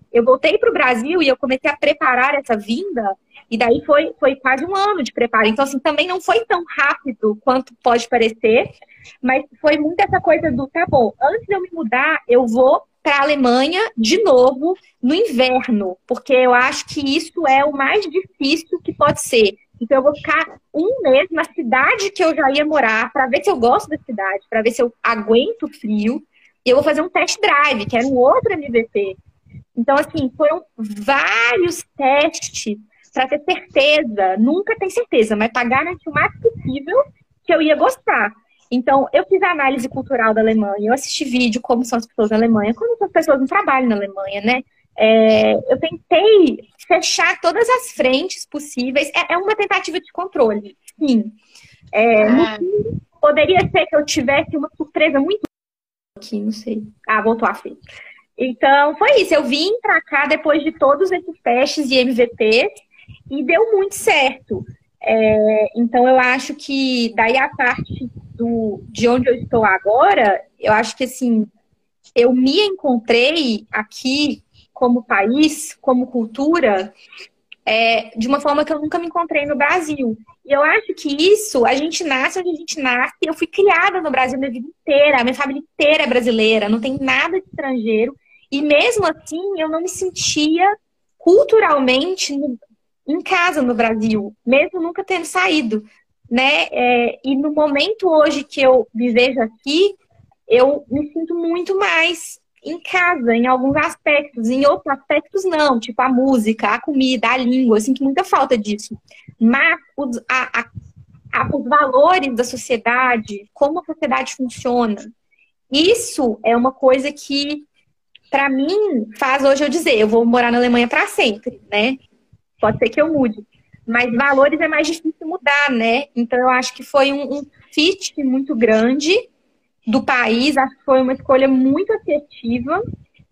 eu voltei para o Brasil e eu comecei a preparar essa vinda, e daí foi quase um ano de preparo. Então, assim, também não foi tão rápido quanto pode parecer, mas foi muito essa coisa do, tá bom, antes de eu me mudar, eu vou para a Alemanha de novo no inverno, porque eu acho que isso é o mais difícil que pode ser. Então, eu vou ficar um mês na cidade que eu já ia morar, para ver se eu gosto da cidade, para ver se eu aguento o frio. E eu vou fazer um test drive, que era um outro MVP. Então, assim, foram vários testes para ter certeza. Nunca tem certeza, mas para garantir o mais possível que eu ia gostar. Então, eu fiz a análise cultural da Alemanha, eu assisti vídeo como são as pessoas na Alemanha, como são as pessoas no trabalho na Alemanha, né? Eu tentei fechar todas as frentes possíveis. É uma tentativa de controle, sim. No fim, poderia ser que eu tivesse uma surpresa muito aqui, não sei. Voltou a Fê. Então, foi isso. Eu vim pra cá depois de todos esses testes e MVPs e deu muito certo. Então, eu acho que daí a parte de onde eu estou agora, eu acho que, assim, eu me encontrei aqui como país, como cultura, de uma forma que eu nunca me encontrei no Brasil. E eu acho que isso, a gente nasce onde a gente nasce. Eu fui criada no Brasil minha vida inteira, a minha família inteira é brasileira, não tem nada de estrangeiro. E mesmo assim, eu não me sentia culturalmente em casa no Brasil, mesmo nunca tendo saído, né? E no momento hoje que eu me vejo aqui, eu me sinto muito mais em casa, em alguns aspectos. Em outros aspectos, não. Tipo, a música, a comida, a língua. Eu sinto muita falta disso. Mas os valores da sociedade, como a sociedade funciona, isso é uma coisa que, para mim, faz hoje eu dizer, eu vou morar na Alemanha para sempre, né? Pode ser que eu mude. Mas valores é mais difícil mudar, né? Então, eu acho que foi um fit muito grande do país, acho que foi uma escolha muito assertiva.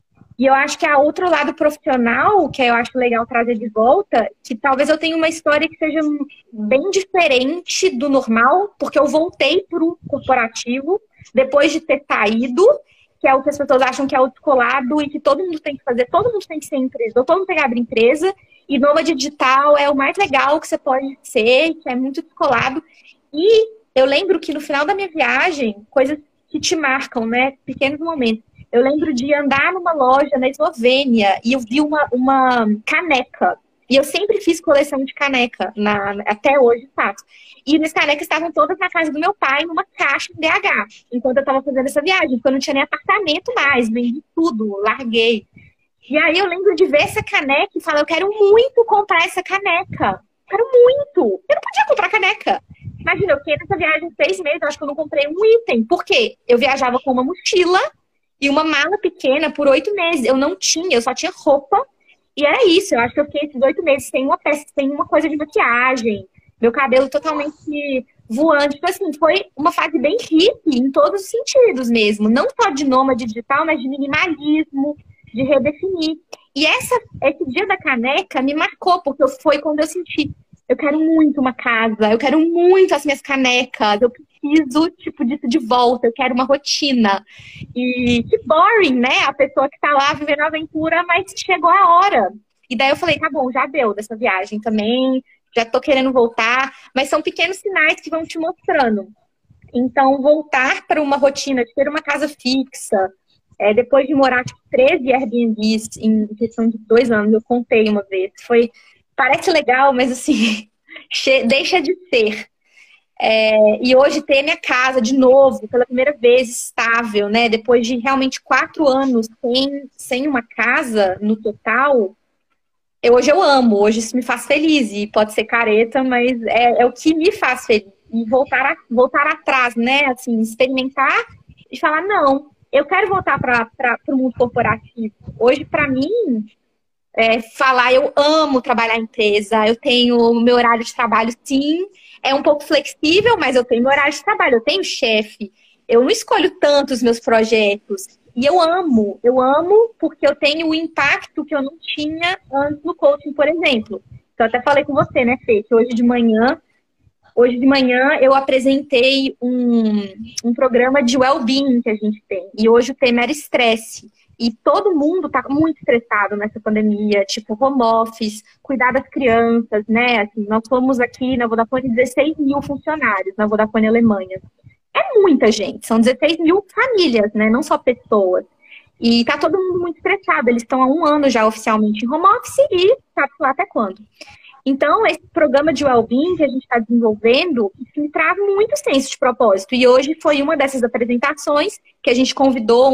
E eu acho que há outro lado profissional, que eu acho legal trazer de volta, que talvez eu tenha uma história que seja bem diferente do normal, porque eu voltei para o corporativo depois de ter saído, que é o que as pessoas acham que é o descolado e que todo mundo tem que fazer, todo mundo tem que ser empresa, todo mundo tem que abrir empresa, e nômade digital é o mais legal que você pode ser, que é muito descolado. E eu lembro que no final da minha viagem, coisas que te marcam, né? Pequenos momentos. Eu lembro de andar numa loja na Eslovênia e eu vi uma caneca. E eu sempre fiz coleção de caneca, até hoje faço. E as canecas estavam todas na casa do meu pai, numa caixa em BH, enquanto eu estava fazendo essa viagem, porque eu não tinha nem apartamento mais, vendi tudo, larguei. E aí eu lembro de ver essa caneca e falar, eu quero muito comprar essa caneca. Quero muito! Eu não podia comprar caneca. Imagina, eu fiquei nessa viagem 6 meses, eu acho que eu não comprei um item. Por quê? Eu viajava com uma mochila e uma mala pequena por 8 meses. Eu só tinha roupa. E era isso, eu acho que eu fiquei esses 8 meses sem uma peça, sem uma coisa de maquiagem. Meu cabelo totalmente voando. Tipo assim, foi uma fase bem hippie em todos os sentidos mesmo. Não só de nômade digital, mas de minimalismo, de redefinir. E esse dia da caneca me marcou, porque foi quando eu senti... Eu quero muito uma casa, eu quero muito as minhas canecas, eu preciso, tipo, disso de volta, eu quero uma rotina. E que boring, né? A pessoa que tá lá vivendo a aventura, mas chegou a hora. E daí eu falei, tá bom, já deu dessa viagem também, já tô querendo voltar. Mas são pequenos sinais que vão te mostrando. Então, voltar para uma rotina de ter uma casa fixa, depois de morar, tipo, 13 Airbnbs em questão de 2 anos, eu contei uma vez, parece legal, mas assim, deixa de ser. E hoje ter minha casa de novo, pela primeira vez, estável, né? Depois de realmente 4 anos sem uma casa no total, hoje eu amo, hoje isso me faz feliz. E pode ser careta, mas é o que me faz feliz. E voltar atrás, né? Assim, experimentar e falar, não, eu quero voltar para o mundo corporativo. Hoje, para mim... falar, eu amo trabalhar em empresa, eu tenho o meu horário de trabalho, sim, é um pouco flexível, mas eu tenho meu horário de trabalho, eu tenho chefe, eu não escolho tanto os meus projetos, e eu amo porque eu tenho o impacto que eu não tinha antes no coaching, por exemplo. Então, eu até falei com você, né, Fê, que hoje de manhã eu apresentei um programa de well-being que a gente tem, e hoje o tema era estresse. E todo mundo tá muito estressado nessa pandemia, tipo home office, cuidar das crianças, né? Assim, nós somos aqui na Vodafone 16 mil funcionários, na Vodafone Alemanha. É muita gente, são 16 mil famílias, né? Não só pessoas. E tá todo mundo muito estressado. Eles estão há um ano já oficialmente em home office e sabe lá até quando. Então, esse programa de well-being que a gente está desenvolvendo, isso me traz muito senso de propósito. E hoje foi uma dessas apresentações que a gente convidou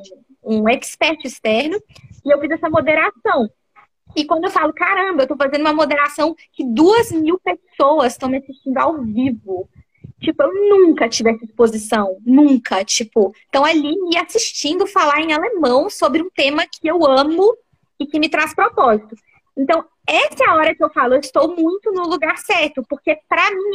um expert externo e eu fiz essa moderação. E quando eu falo, caramba, eu estou fazendo uma moderação que 2.000 pessoas estão me assistindo ao vivo. Tipo, eu nunca tive essa exposição, nunca, tipo. Estão ali me assistindo falar em alemão sobre um tema que eu amo e que me traz propósito. Então, essa é a hora que eu falo, eu estou muito no lugar certo, porque para mim,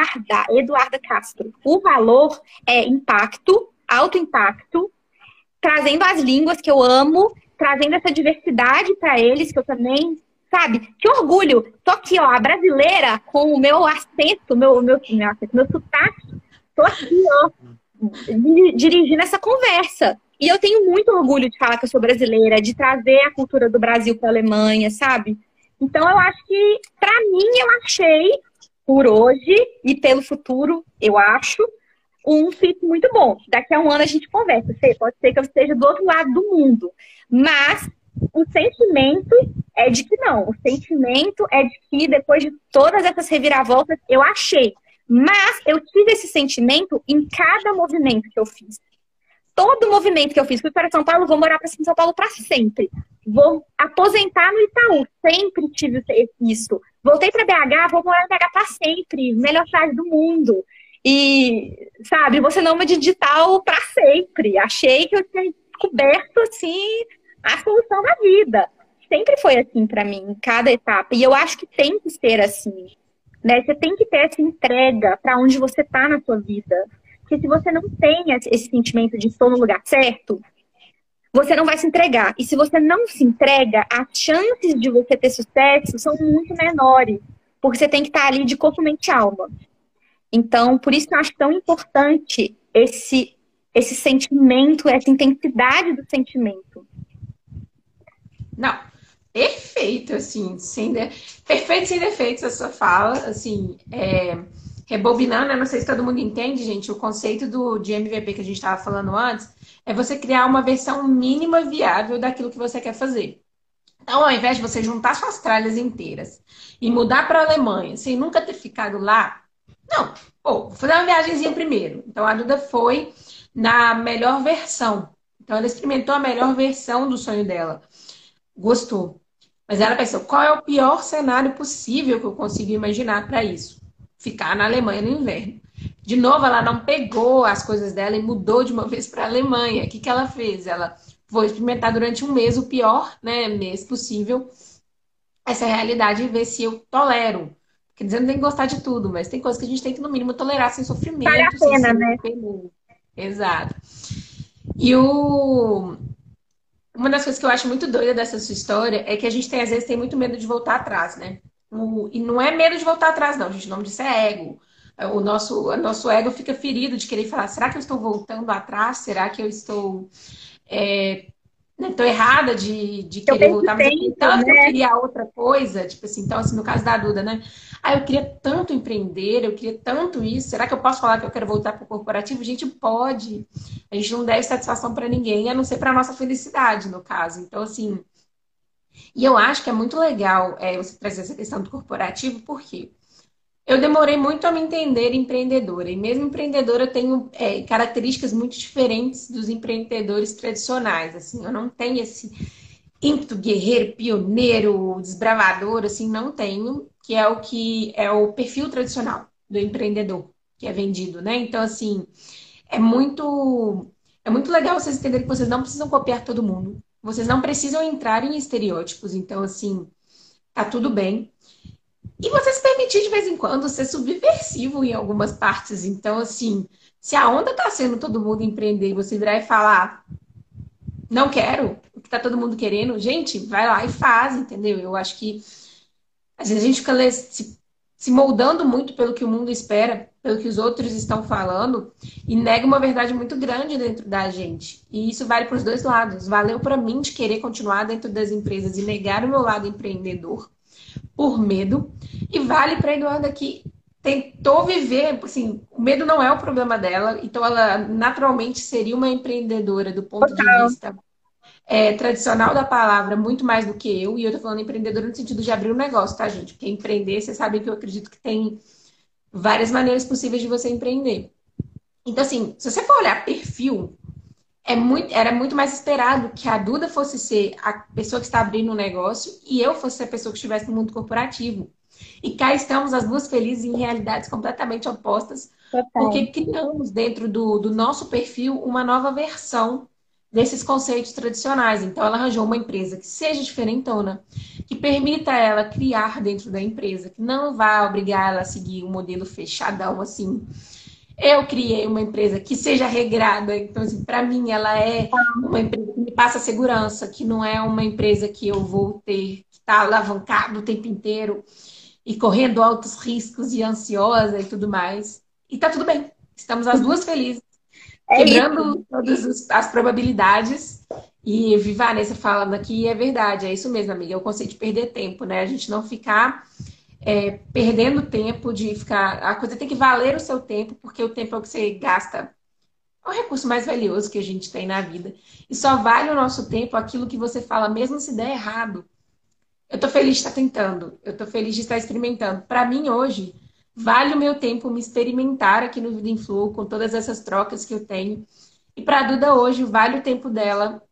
Eduarda Castro, o valor é impacto, alto impacto, trazendo as línguas que eu amo, trazendo essa diversidade para eles, que eu também, sabe? Que orgulho! Tô aqui, ó, a brasileira, com o meu acento, meu sotaque, tô aqui, ó, dirigindo essa conversa. E eu tenho muito orgulho de falar que eu sou brasileira, de trazer a cultura do Brasil para a Alemanha, sabe? Então, eu acho que, para mim, eu achei, por hoje e pelo futuro, eu acho, um fit muito bom. Daqui a um ano a gente conversa. Pode ser que eu esteja do outro lado do mundo. Mas o sentimento é de que não. O sentimento é de que, depois de todas essas reviravoltas, eu achei. Mas eu tive esse sentimento em cada movimento que eu fiz. Todo movimento que eu fiz, fui para São Paulo, vou morar para São Paulo para sempre. Vou aposentar no Itaú, sempre tive isso. Voltei para BH, vou morar em BH para sempre, melhor cidade do mundo. E, sabe, você nômade digital para sempre. Achei que eu tinha descoberto, assim, a solução da vida. Sempre foi assim para mim, em cada etapa. E eu acho que tem que ser assim, né? Você tem que ter essa entrega para onde você está na sua vida. Porque se você não tem esse sentimento de estou no lugar certo, você não vai se entregar. E se você não se entrega, as chances de você ter sucesso são muito menores. Porque você tem que estar ali de corpo, mente e alma. Então, por isso que eu acho tão importante esse sentimento, essa intensidade do sentimento. Não, perfeito, assim, perfeito sem defeitos a sua fala, assim, rebobinando, né? Não sei se todo mundo entende, gente, o conceito de MVP que a gente estava falando antes é você criar uma versão mínima viável daquilo que você quer fazer. Então, ao invés de você juntar suas tralhas inteiras e mudar para a Alemanha sem nunca ter ficado lá, não, vou fazer uma viagemzinha primeiro. Então, a Duda foi na melhor versão. Então, ela experimentou a melhor versão do sonho dela. Gostou. Mas ela pensou, qual é o pior cenário possível que eu consigo imaginar para isso? Ficar na Alemanha no inverno. De novo, ela não pegou as coisas dela e mudou de uma vez para a Alemanha. O que ela fez? Ela foi experimentar durante um mês o pior, né, mês possível, essa realidade e ver se eu tolero. Quer dizer, não tem que gostar de tudo, mas tem coisas que a gente tem que, no mínimo, tolerar sem sofrimento. Vale a sem pena, né? Exato. E uma das coisas que eu acho muito doida dessa sua história é que a gente às vezes tem muito medo de voltar atrás, né? E não é medo de voltar atrás, não, gente. O nome disso é ego. O nosso ego fica ferido de querer falar, será que eu estou voltando atrás? Será que eu estou tô errada de querer voltar? Mas eu queria tanto que eu queria outra coisa. Tipo assim, então, assim, no caso da Duda, né? Eu queria tanto empreender, eu queria tanto isso. Será que eu posso falar que eu quero voltar para o corporativo? Gente, pode. A gente não deve satisfação para ninguém, a não ser para nossa felicidade, no caso. Então, assim... E eu acho que é muito legal você trazer essa questão do corporativo, porque eu demorei muito a me entender empreendedora. E mesmo empreendedora, eu tenho características muito diferentes dos empreendedores tradicionais. Assim, eu não tenho esse ímpeto guerreiro, pioneiro, desbravador, assim, não tenho, que é o perfil tradicional do empreendedor que é vendido, né? Então, assim, é muito legal vocês entenderem que vocês não precisam copiar todo mundo. Vocês não precisam entrar em estereótipos. Então, assim, tá tudo bem. E você se permitir de vez em quando ser subversivo em algumas partes. Então, assim, se a onda tá sendo todo mundo empreender e você virar e falar, não quero, o que tá todo mundo querendo, gente, vai lá e faz, entendeu? Eu acho que às vezes a gente fica se moldando muito pelo que o mundo espera. pelo que os outros estão falando e nega uma verdade muito grande dentro da gente. E isso vale para os dois lados. Valeu para mim de querer continuar dentro das empresas e negar o meu lado empreendedor por medo. E vale para a Eduarda que tentou viver, assim, o medo não é o problema dela, então ela naturalmente seria uma empreendedora do ponto de Total. vista tradicional da palavra, muito mais do que eu, e eu tô falando empreendedora no sentido de abrir um negócio, tá, gente? Porque empreender, vocês sabem que eu acredito que tem várias maneiras possíveis de você empreender. Então, assim, se você for olhar perfil, era muito mais esperado que a Duda fosse ser a pessoa que está abrindo um negócio e eu fosse a pessoa que estivesse no mundo corporativo. E cá estamos as duas felizes em realidades completamente opostas, porque Total. criamos dentro do nosso perfil uma nova versão desses conceitos tradicionais. Então, ela arranjou uma empresa que seja diferentona, que permita ela criar dentro da empresa, que não vá obrigar ela a seguir um modelo fechadão assim. Eu criei uma empresa que seja regrada, então, assim, para mim, ela é uma empresa que me passa segurança, que não é uma empresa que eu vou ter que estar alavancado o tempo inteiro e correndo altos riscos e ansiosa e tudo mais. E tá tudo bem. Estamos as duas felizes, É isso. quebrando todas as probabilidades. E vi Vanessa falando aqui, e é verdade, é isso mesmo, amiga. É o conceito de perder tempo, né? A gente não ficar perdendo tempo de ficar. A coisa tem que valer o seu tempo, porque o tempo é o que você gasta. É o recurso mais valioso que a gente tem na vida. E só vale o nosso tempo aquilo que você fala, mesmo se der errado. Eu tô feliz de estar tentando, eu tô feliz de estar experimentando. Para mim, hoje, vale o meu tempo me experimentar aqui no Vida em Flow, com todas essas trocas que eu tenho. E para a Duda, hoje, vale o tempo dela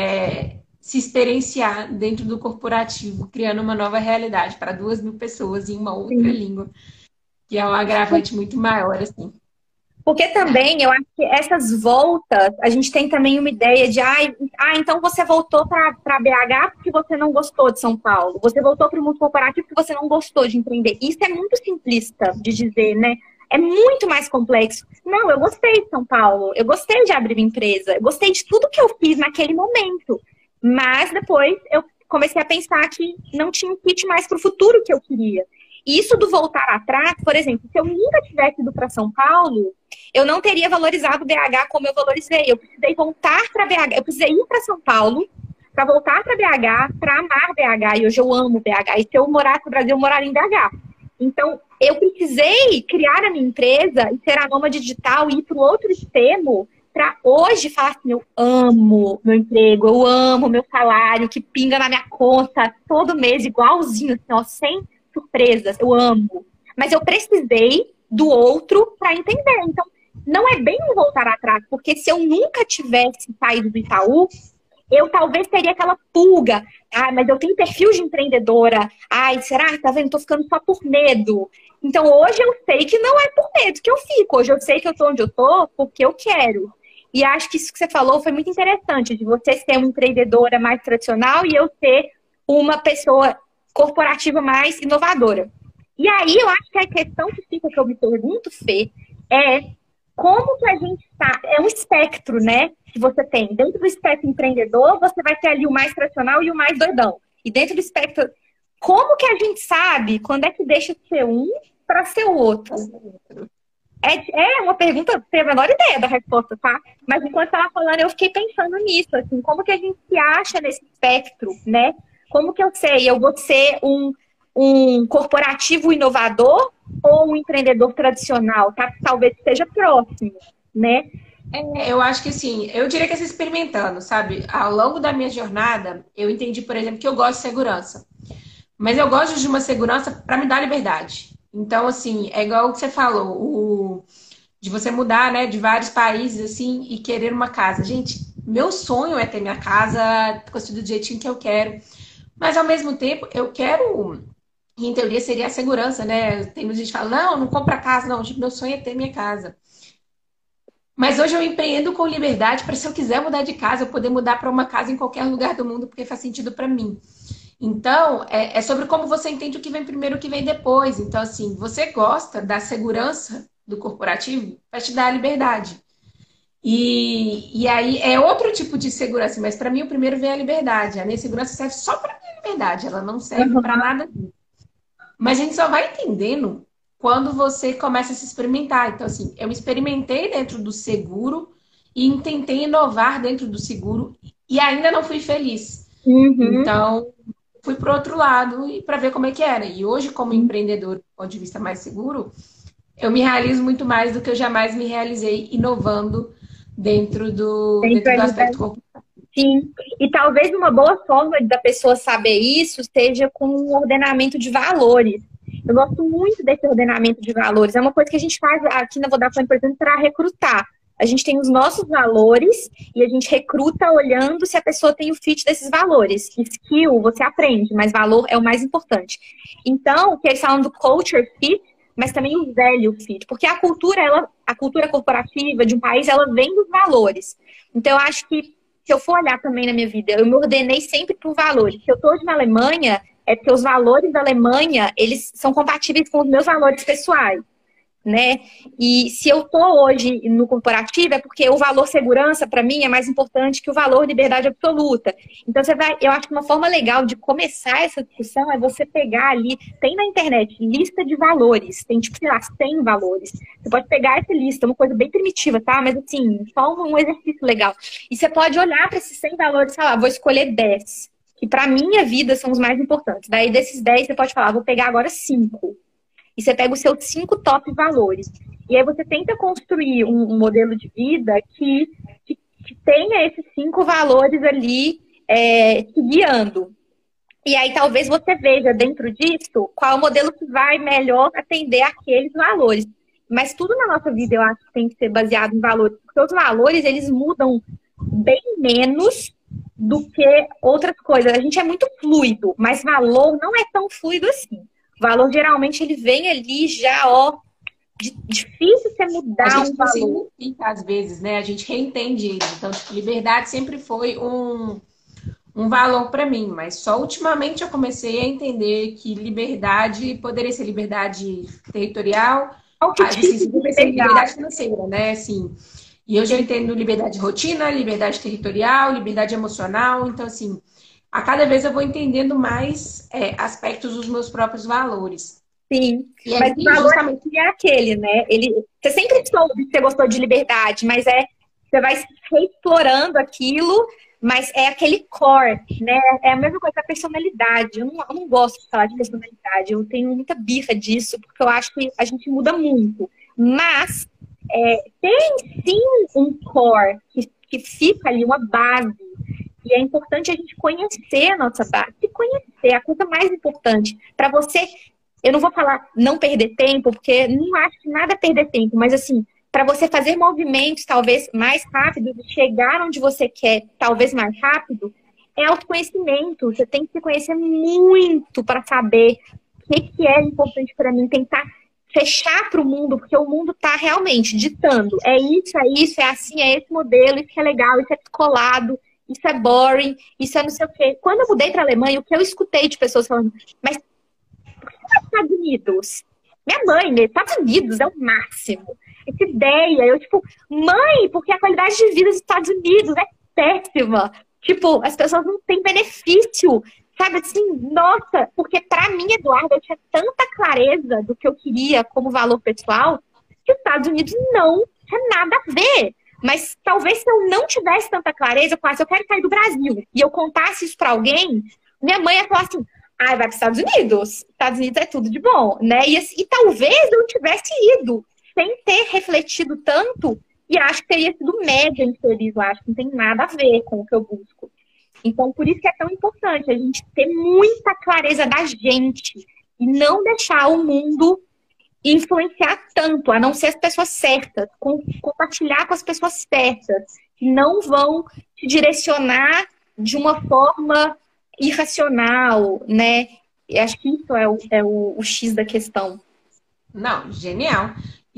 se experienciar dentro do corporativo, criando uma nova realidade para 2.000 pessoas em uma outra Sim. língua, que é um agravante muito maior, assim. Porque também eu acho que essas voltas, a gente tem também uma ideia de, então você voltou para BH porque você não gostou de São Paulo. Você voltou para o mundo corporativo porque você não gostou de empreender. Isso é muito simplista de dizer, né? É muito mais complexo. Não, eu gostei de São Paulo, eu gostei de abrir minha empresa, eu gostei de tudo que eu fiz naquele momento. Mas depois eu comecei a pensar que não tinha um fit mais para o futuro que eu queria. E isso do voltar atrás, por exemplo, se eu nunca tivesse ido para São Paulo, eu não teria valorizado o BH como eu valorizei. Eu precisei voltar para BH, eu precisei ir para São Paulo para voltar para BH, para amar BH. E hoje eu amo BH. E se eu morasse no Brasil, eu moraria em BH. Então, eu precisei criar a minha empresa e ser a nômade digital e ir para o outro extremo para hoje falar assim, eu amo meu emprego, eu amo meu salário que pinga na minha conta todo mês, igualzinho, assim, ó, sem surpresas, eu amo. Mas eu precisei do outro para entender. Então, não é bem um voltar atrás, porque se eu nunca tivesse saído do Itaú, eu talvez teria aquela pulga. Mas eu tenho perfil de empreendedora. Será? Tá vendo? Tô ficando só por medo. Então, hoje eu sei que não é por medo que eu fico. Hoje eu sei que eu tô onde eu tô porque eu quero. E acho que isso que você falou foi muito interessante, de você ser uma empreendedora mais tradicional e eu ser uma pessoa corporativa mais inovadora. E aí eu acho que a questão que fica, que eu me pergunto, Fê, é como que a gente está... É um espectro, né, que você tem. Dentro do espectro empreendedor, você vai ter ali o mais tradicional e o mais doidão. E dentro do espectro... Como que a gente sabe quando é que deixa de ser um para ser o outro? É uma pergunta, não tenho a menor ideia da resposta, tá? Mas enquanto ela falando, eu fiquei pensando nisso, assim, como que a gente se acha nesse espectro, né? Como que eu sei? Eu vou ser um corporativo inovador ou um empreendedor tradicional, tá? Talvez seja próximo, né? Eu acho que sim, eu diria que é se experimentando, sabe? Ao longo da minha jornada, eu entendi, por exemplo, que eu gosto de segurança. Mas eu gosto de uma segurança para me dar liberdade. Então, assim, é igual o que você falou, de você mudar, né, de vários países, assim, e querer uma casa. Gente, meu sonho é ter minha casa construída do jeitinho que eu quero. Mas, ao mesmo tempo, eu quero, e em teoria seria a segurança, né? Tem muita gente que fala, não, não compra casa, não. Tipo, meu sonho é ter minha casa. Mas hoje eu empreendo com liberdade para, se eu quiser mudar de casa, eu poder mudar para uma casa em qualquer lugar do mundo, porque faz sentido para mim. Então, é sobre como você entende o que vem primeiro e o que vem depois. Então, assim, você gosta da segurança do corporativo, vai te dar a liberdade. E aí é outro tipo de segurança, mas para mim o primeiro vem a liberdade. A minha segurança serve só para minha liberdade, ela não serve para Uhum. nada. Mas a gente só vai entendendo quando você começa a se experimentar. Então, assim, eu me experimentei dentro do seguro e tentei inovar dentro do seguro e ainda não fui feliz. Uhum. Então, fui para o outro lado e para ver como é que era. E hoje, como empreendedor, do ponto de vista mais seguro, eu me realizo muito mais do que eu jamais me realizei inovando Dentro dentro do ali da. aspecto corporativo. Sim. E talvez uma boa forma da pessoa saber isso seja com um ordenamento de valores. Eu gosto muito desse ordenamento de valores. É uma coisa que a gente faz aqui na Vodafone, por exemplo, para recrutar. A gente tem os nossos valores e a gente recruta olhando se a pessoa tem o fit desses valores. Skill você aprende, mas valor é o mais importante. Então, que eles falam do culture fit, mas também o value fit, porque a cultura corporativa de um país, ela vem dos valores. Então, eu acho que se eu for olhar também na minha vida, eu me ordenei sempre por valores. Se eu estou hoje na Alemanha, é porque os valores da Alemanha, eles são compatíveis com os meus valores pessoais, né? E se eu estou hoje no corporativo, é porque o valor segurança, para mim, é mais importante que o valor liberdade absoluta. Então, eu acho que uma forma legal de começar essa discussão é você pegar ali, tem na internet, lista de valores, tem tipo, sei lá, 100 valores. Você pode pegar essa lista, uma coisa bem primitiva, tá? Mas assim, só um exercício legal. E você pode olhar para esses 100 valores e falar, vou escolher 10, que para minha vida são os mais importantes. Daí, desses 10, você pode falar, vou pegar agora 5. E você pega os seus 5 top valores. E aí você tenta construir um modelo de vida que tenha esses 5 valores ali te guiando. E aí talvez você veja dentro disso qual é o modelo que vai melhor atender aqueles valores. Mas tudo na nossa vida eu acho que tem que ser baseado em valores. Porque os valores, eles mudam bem menos do que outras coisas. A gente é muito fluido, mas valor não é tão fluido assim. O valor, geralmente, ele vem ali já, ó, difícil você A mudar gente um não valor. significa, às vezes, né? A gente reentende ele. Então, tipo, liberdade sempre foi um valor para mim, mas só ultimamente eu comecei a entender que liberdade poderia ser liberdade territorial, Qual que assim, tipo se de pensar em liberdade? liberdade financeira, né? Assim, e eu já entendo liberdade de rotina, liberdade territorial, liberdade emocional. Então, assim, a cada vez eu vou entendendo mais aspectos dos meus próprios valores. Sim, E mas o aí, valor justamente, é aquele, né? Você sempre soube que você gostou de liberdade, mas você vai reexplorando aquilo, mas é aquele core, né? É a mesma coisa da personalidade. Eu não gosto de falar de personalidade, eu tenho muita birra disso, porque eu acho que a gente muda muito. Mas tem sim um core que fica ali, uma base. E é importante a gente conhecer a nossa base. Se conhecer, a coisa mais importante. Para você, eu não vou falar não perder tempo, porque não acho que nada é perder tempo, mas assim, para você fazer movimentos talvez mais rápidos, chegar onde você quer talvez mais rápido, é autoconhecimento. Você tem que se conhecer muito para saber o que é importante para mim, tentar fechar para o mundo, porque o mundo está realmente ditando. É isso, é assim, é esse modelo, isso que é legal, isso é descolado, isso é boring, isso é não sei o quê. Quando eu mudei para a Alemanha, o que eu escutei de pessoas falando, mas Estados Unidos? Minha mãe, né? Estados Unidos é o máximo. Essa ideia, eu tipo, mãe, porque a qualidade de vida dos Estados Unidos é péssima. Tipo, as pessoas não têm benefício. Sabe assim, nossa, porque pra mim, Eduardo, eu tinha tanta clareza do que eu queria como valor pessoal, que os Estados Unidos não tinha nada a ver. Mas talvez se eu não tivesse tanta clareza, eu falasse, eu quero sair do Brasil, e eu contasse isso pra alguém, minha mãe ia falar assim, vai para os Estados Unidos. Estados Unidos é tudo de bom, né? E talvez eu tivesse ido sem ter refletido tanto e acho que teria sido mega infeliz. Eu acho que não tem nada a ver com o que eu busco. Então, por isso que é tão importante a gente ter muita clareza da gente e não deixar o mundo influenciar tanto, a não ser as pessoas certas, compartilhar com as pessoas certas, que não vão te direcionar de uma forma irracional, né? E acho que isso é o X da questão. não, genial.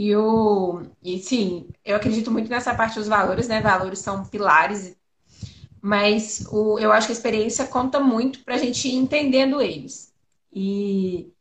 E sim, eu acredito muito nessa parte dos valores, né? Valores são pilares, mas eu acho que a experiência conta muito para a gente ir entendendo eles. E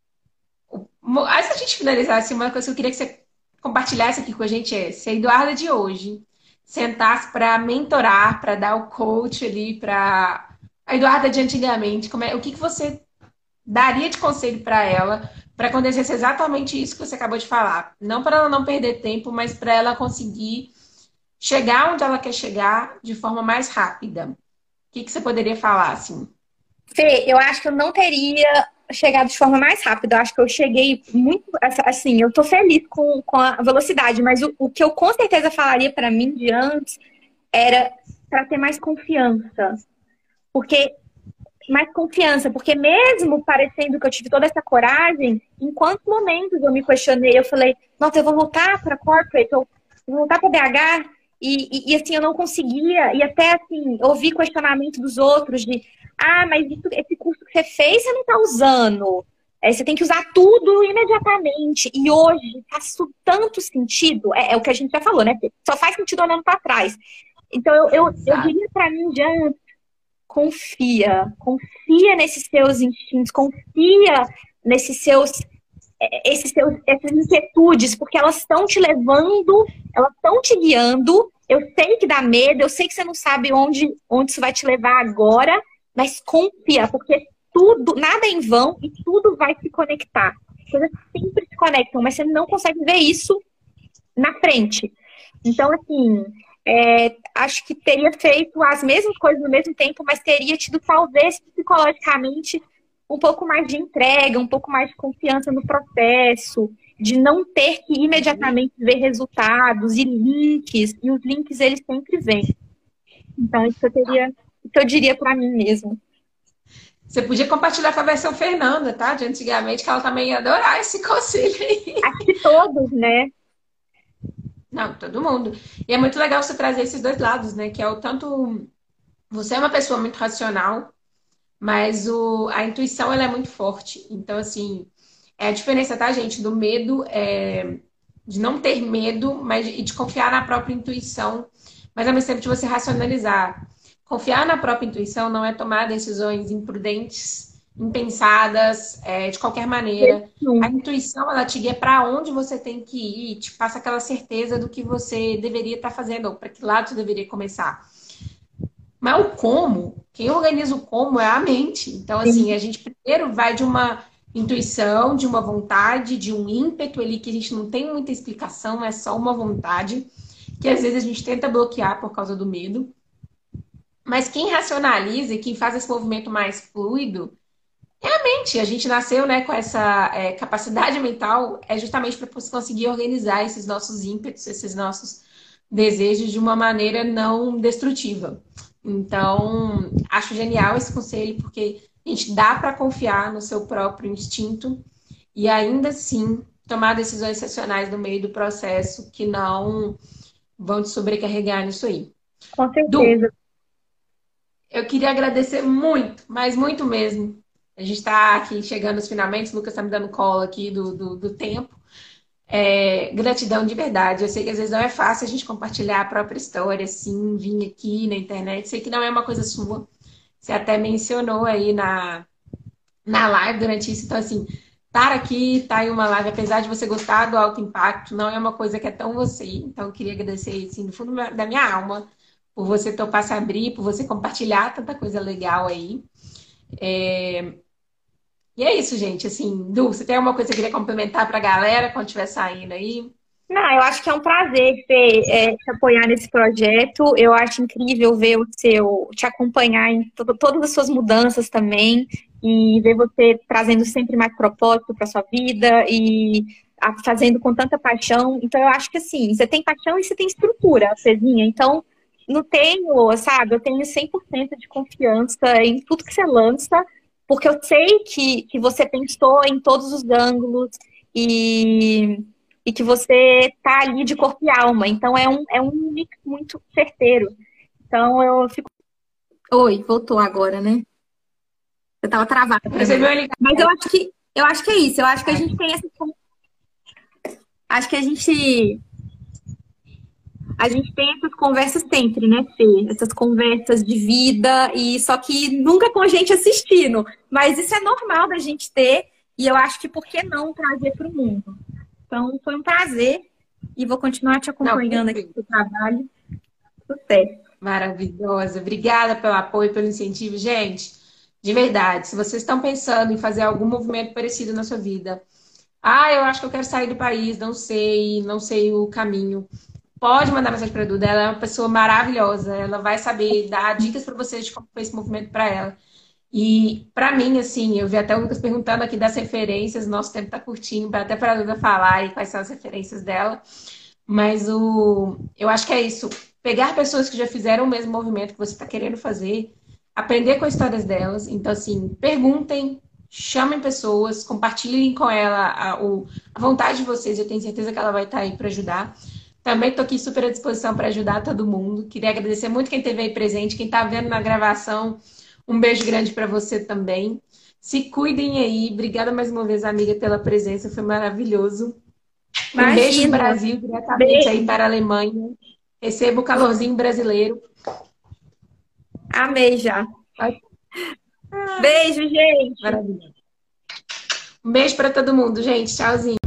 se a gente finalizasse, uma coisa que eu queria que você compartilhasse aqui com a gente é se a Eduarda de hoje sentasse para mentorar, para dar o coach ali para a Eduarda de antigamente, o que que você daria de conselho para ela para acontecer exatamente isso que você acabou de falar. Não para ela não perder tempo, mas para ela conseguir chegar onde ela quer chegar de forma mais rápida. O que você poderia falar, assim? Fê, eu acho que eu não teria chegado de forma mais rápida. Eu acho que eu cheguei muito. Assim, eu tô feliz com a velocidade, mas o que eu com certeza falaria para mim de antes era para ter mais confiança. Porque mais confiança, porque mesmo parecendo que eu tive toda essa coragem, em quantos momentos eu me questionei, eu falei, nossa, eu vou voltar para corporate, eu vou voltar para BH, assim, eu não conseguia, e até assim, ouvir questionamento dos outros de, mas esse curso que você fez, você não está usando. Você tem que usar tudo imediatamente. E hoje faz tanto sentido. É o que a gente já falou, né? Só faz sentido olhando para trás. Então, eu Exato. diria para mim, Jean, confia nesses seus instintos, confia nesses seus, essas inquietudes, porque elas estão te levando, elas estão te guiando. Eu sei que dá medo, eu sei que você não sabe onde isso vai te levar agora, mas confia, porque tudo, nada é em vão e tudo vai se conectar. As coisas sempre se conectam, mas você não consegue ver isso na frente. Então, assim, acho que teria feito as mesmas coisas no mesmo tempo, mas teria tido, talvez, psicologicamente, um pouco mais de entrega, um pouco mais de confiança no processo, de não ter que imediatamente ver resultados e links, e os links, eles sempre vêm. Então, isso eu diria para mim mesmo. Você podia compartilhar com a versão Fernanda, tá? De antigamente, que ela também ia adorar esse conselho aí. Acho que todos, né? Não, todo mundo. E é muito legal você trazer esses dois lados, né? Que é o tanto. Você é uma pessoa muito racional, mas a intuição ela é muito forte. Então, assim, é a diferença, tá, gente? Do medo, de não ter medo, mas e de confiar na própria intuição, mas ao mesmo tempo de você racionalizar. Confiar na própria intuição não é tomar decisões imprudentes, impensadas, de qualquer maneira. A intuição, ela te guia para onde você tem que ir, te passa aquela certeza do que você deveria estar fazendo, ou para que lado você deveria começar. Mas o como, quem organiza o como é a mente. Então, assim, a gente primeiro vai de uma intuição, de uma vontade, de um ímpeto ali que a gente não tem muita explicação, é só uma vontade, que às vezes a gente tenta bloquear por causa do medo. Mas quem racionaliza e quem faz esse movimento mais fluido é a mente. A gente nasceu, né, com essa capacidade mental, justamente para conseguir organizar esses nossos ímpetos, esses nossos desejos de uma maneira não destrutiva. Então, acho genial esse conselho, porque a gente dá para confiar no seu próprio instinto e ainda assim tomar decisões racionais no meio do processo que não vão te sobrecarregar nisso aí. Com Du, certeza. eu queria agradecer muito, mas muito mesmo. A gente está aqui chegando nos finalmente, o Lucas está me dando cola aqui do tempo. Gratidão de verdade. Eu sei que às vezes não é fácil a gente compartilhar a própria história, assim, vir aqui na internet. Sei que não é uma coisa sua. Você até mencionou aí na live durante isso. Então, assim, estar aqui, estar em uma live, apesar de você gostar do alto impacto, não é uma coisa que é tão você. Então, eu queria agradecer, assim, do fundo da minha alma, por você topar se abrir, por você compartilhar tanta coisa legal aí. E é isso, gente. Assim, Du, você tem alguma coisa que você queria complementar para a galera quando estiver saindo aí? Não, eu acho que é um prazer, Fê, te apoiar nesse projeto. Eu acho incrível ver te acompanhar em todas as suas mudanças também e ver você trazendo sempre mais propósito para sua vida e fazendo com tanta paixão. Então, eu acho que assim, você tem paixão e você tem estrutura, Fezinha. Então, não tenho, sabe, eu tenho 100% de confiança em tudo que você lança, porque eu sei que você pensou em todos os ângulos e que você tá ali de corpo e alma. Então é um mix muito certeiro. Então eu fico. Oi, voltou agora, né? Eu tava travada pra Recebeu mim. a ligação. Mas eu acho que é isso. Eu acho que a gente tem essa. Acho que a gente tem essas conversas sempre, né, Fê? Essas conversas de vida, e só que nunca com gente assistindo. Mas isso é normal da gente ter, e eu acho que por que não trazer para o mundo? Então, foi um prazer e vou continuar te Não, acompanhando aqui perfeito. no trabalho. Sucesso. Maravilhosa. Obrigada pelo apoio, pelo incentivo. Gente, de verdade, se vocês estão pensando em fazer algum movimento parecido na sua vida, Ah, eu acho que eu quero sair do país, não sei o caminho. Pode mandar mensagem para a Duda, ela é uma pessoa maravilhosa, ela vai saber dar dicas para vocês de como foi esse movimento para ela. E para mim, assim, eu vi até o Lucas perguntando aqui das referências, nosso tempo tá curtinho, até para a Duda falar aí quais são as referências dela. Mas eu acho que é isso. Pegar pessoas que já fizeram o mesmo movimento que você está querendo fazer, aprender com as histórias delas. Então, assim, perguntem, chamem pessoas, compartilhem com ela a vontade de vocês. Eu tenho certeza que ela vai estar aí para ajudar. Também estou aqui super à disposição para ajudar todo mundo. Queria agradecer muito quem esteve aí presente, quem está vendo na gravação. Um beijo grande para você também. Se cuidem aí. Obrigada mais uma vez, amiga, pela presença. Foi maravilhoso. Um beijo do Imagina. Brasil diretamente aí Beijo. para a Alemanha. Receba o calorzinho brasileiro. Amei já. Ai, Beijo, gente. maravilhoso. Um beijo para todo mundo, gente. Tchauzinho.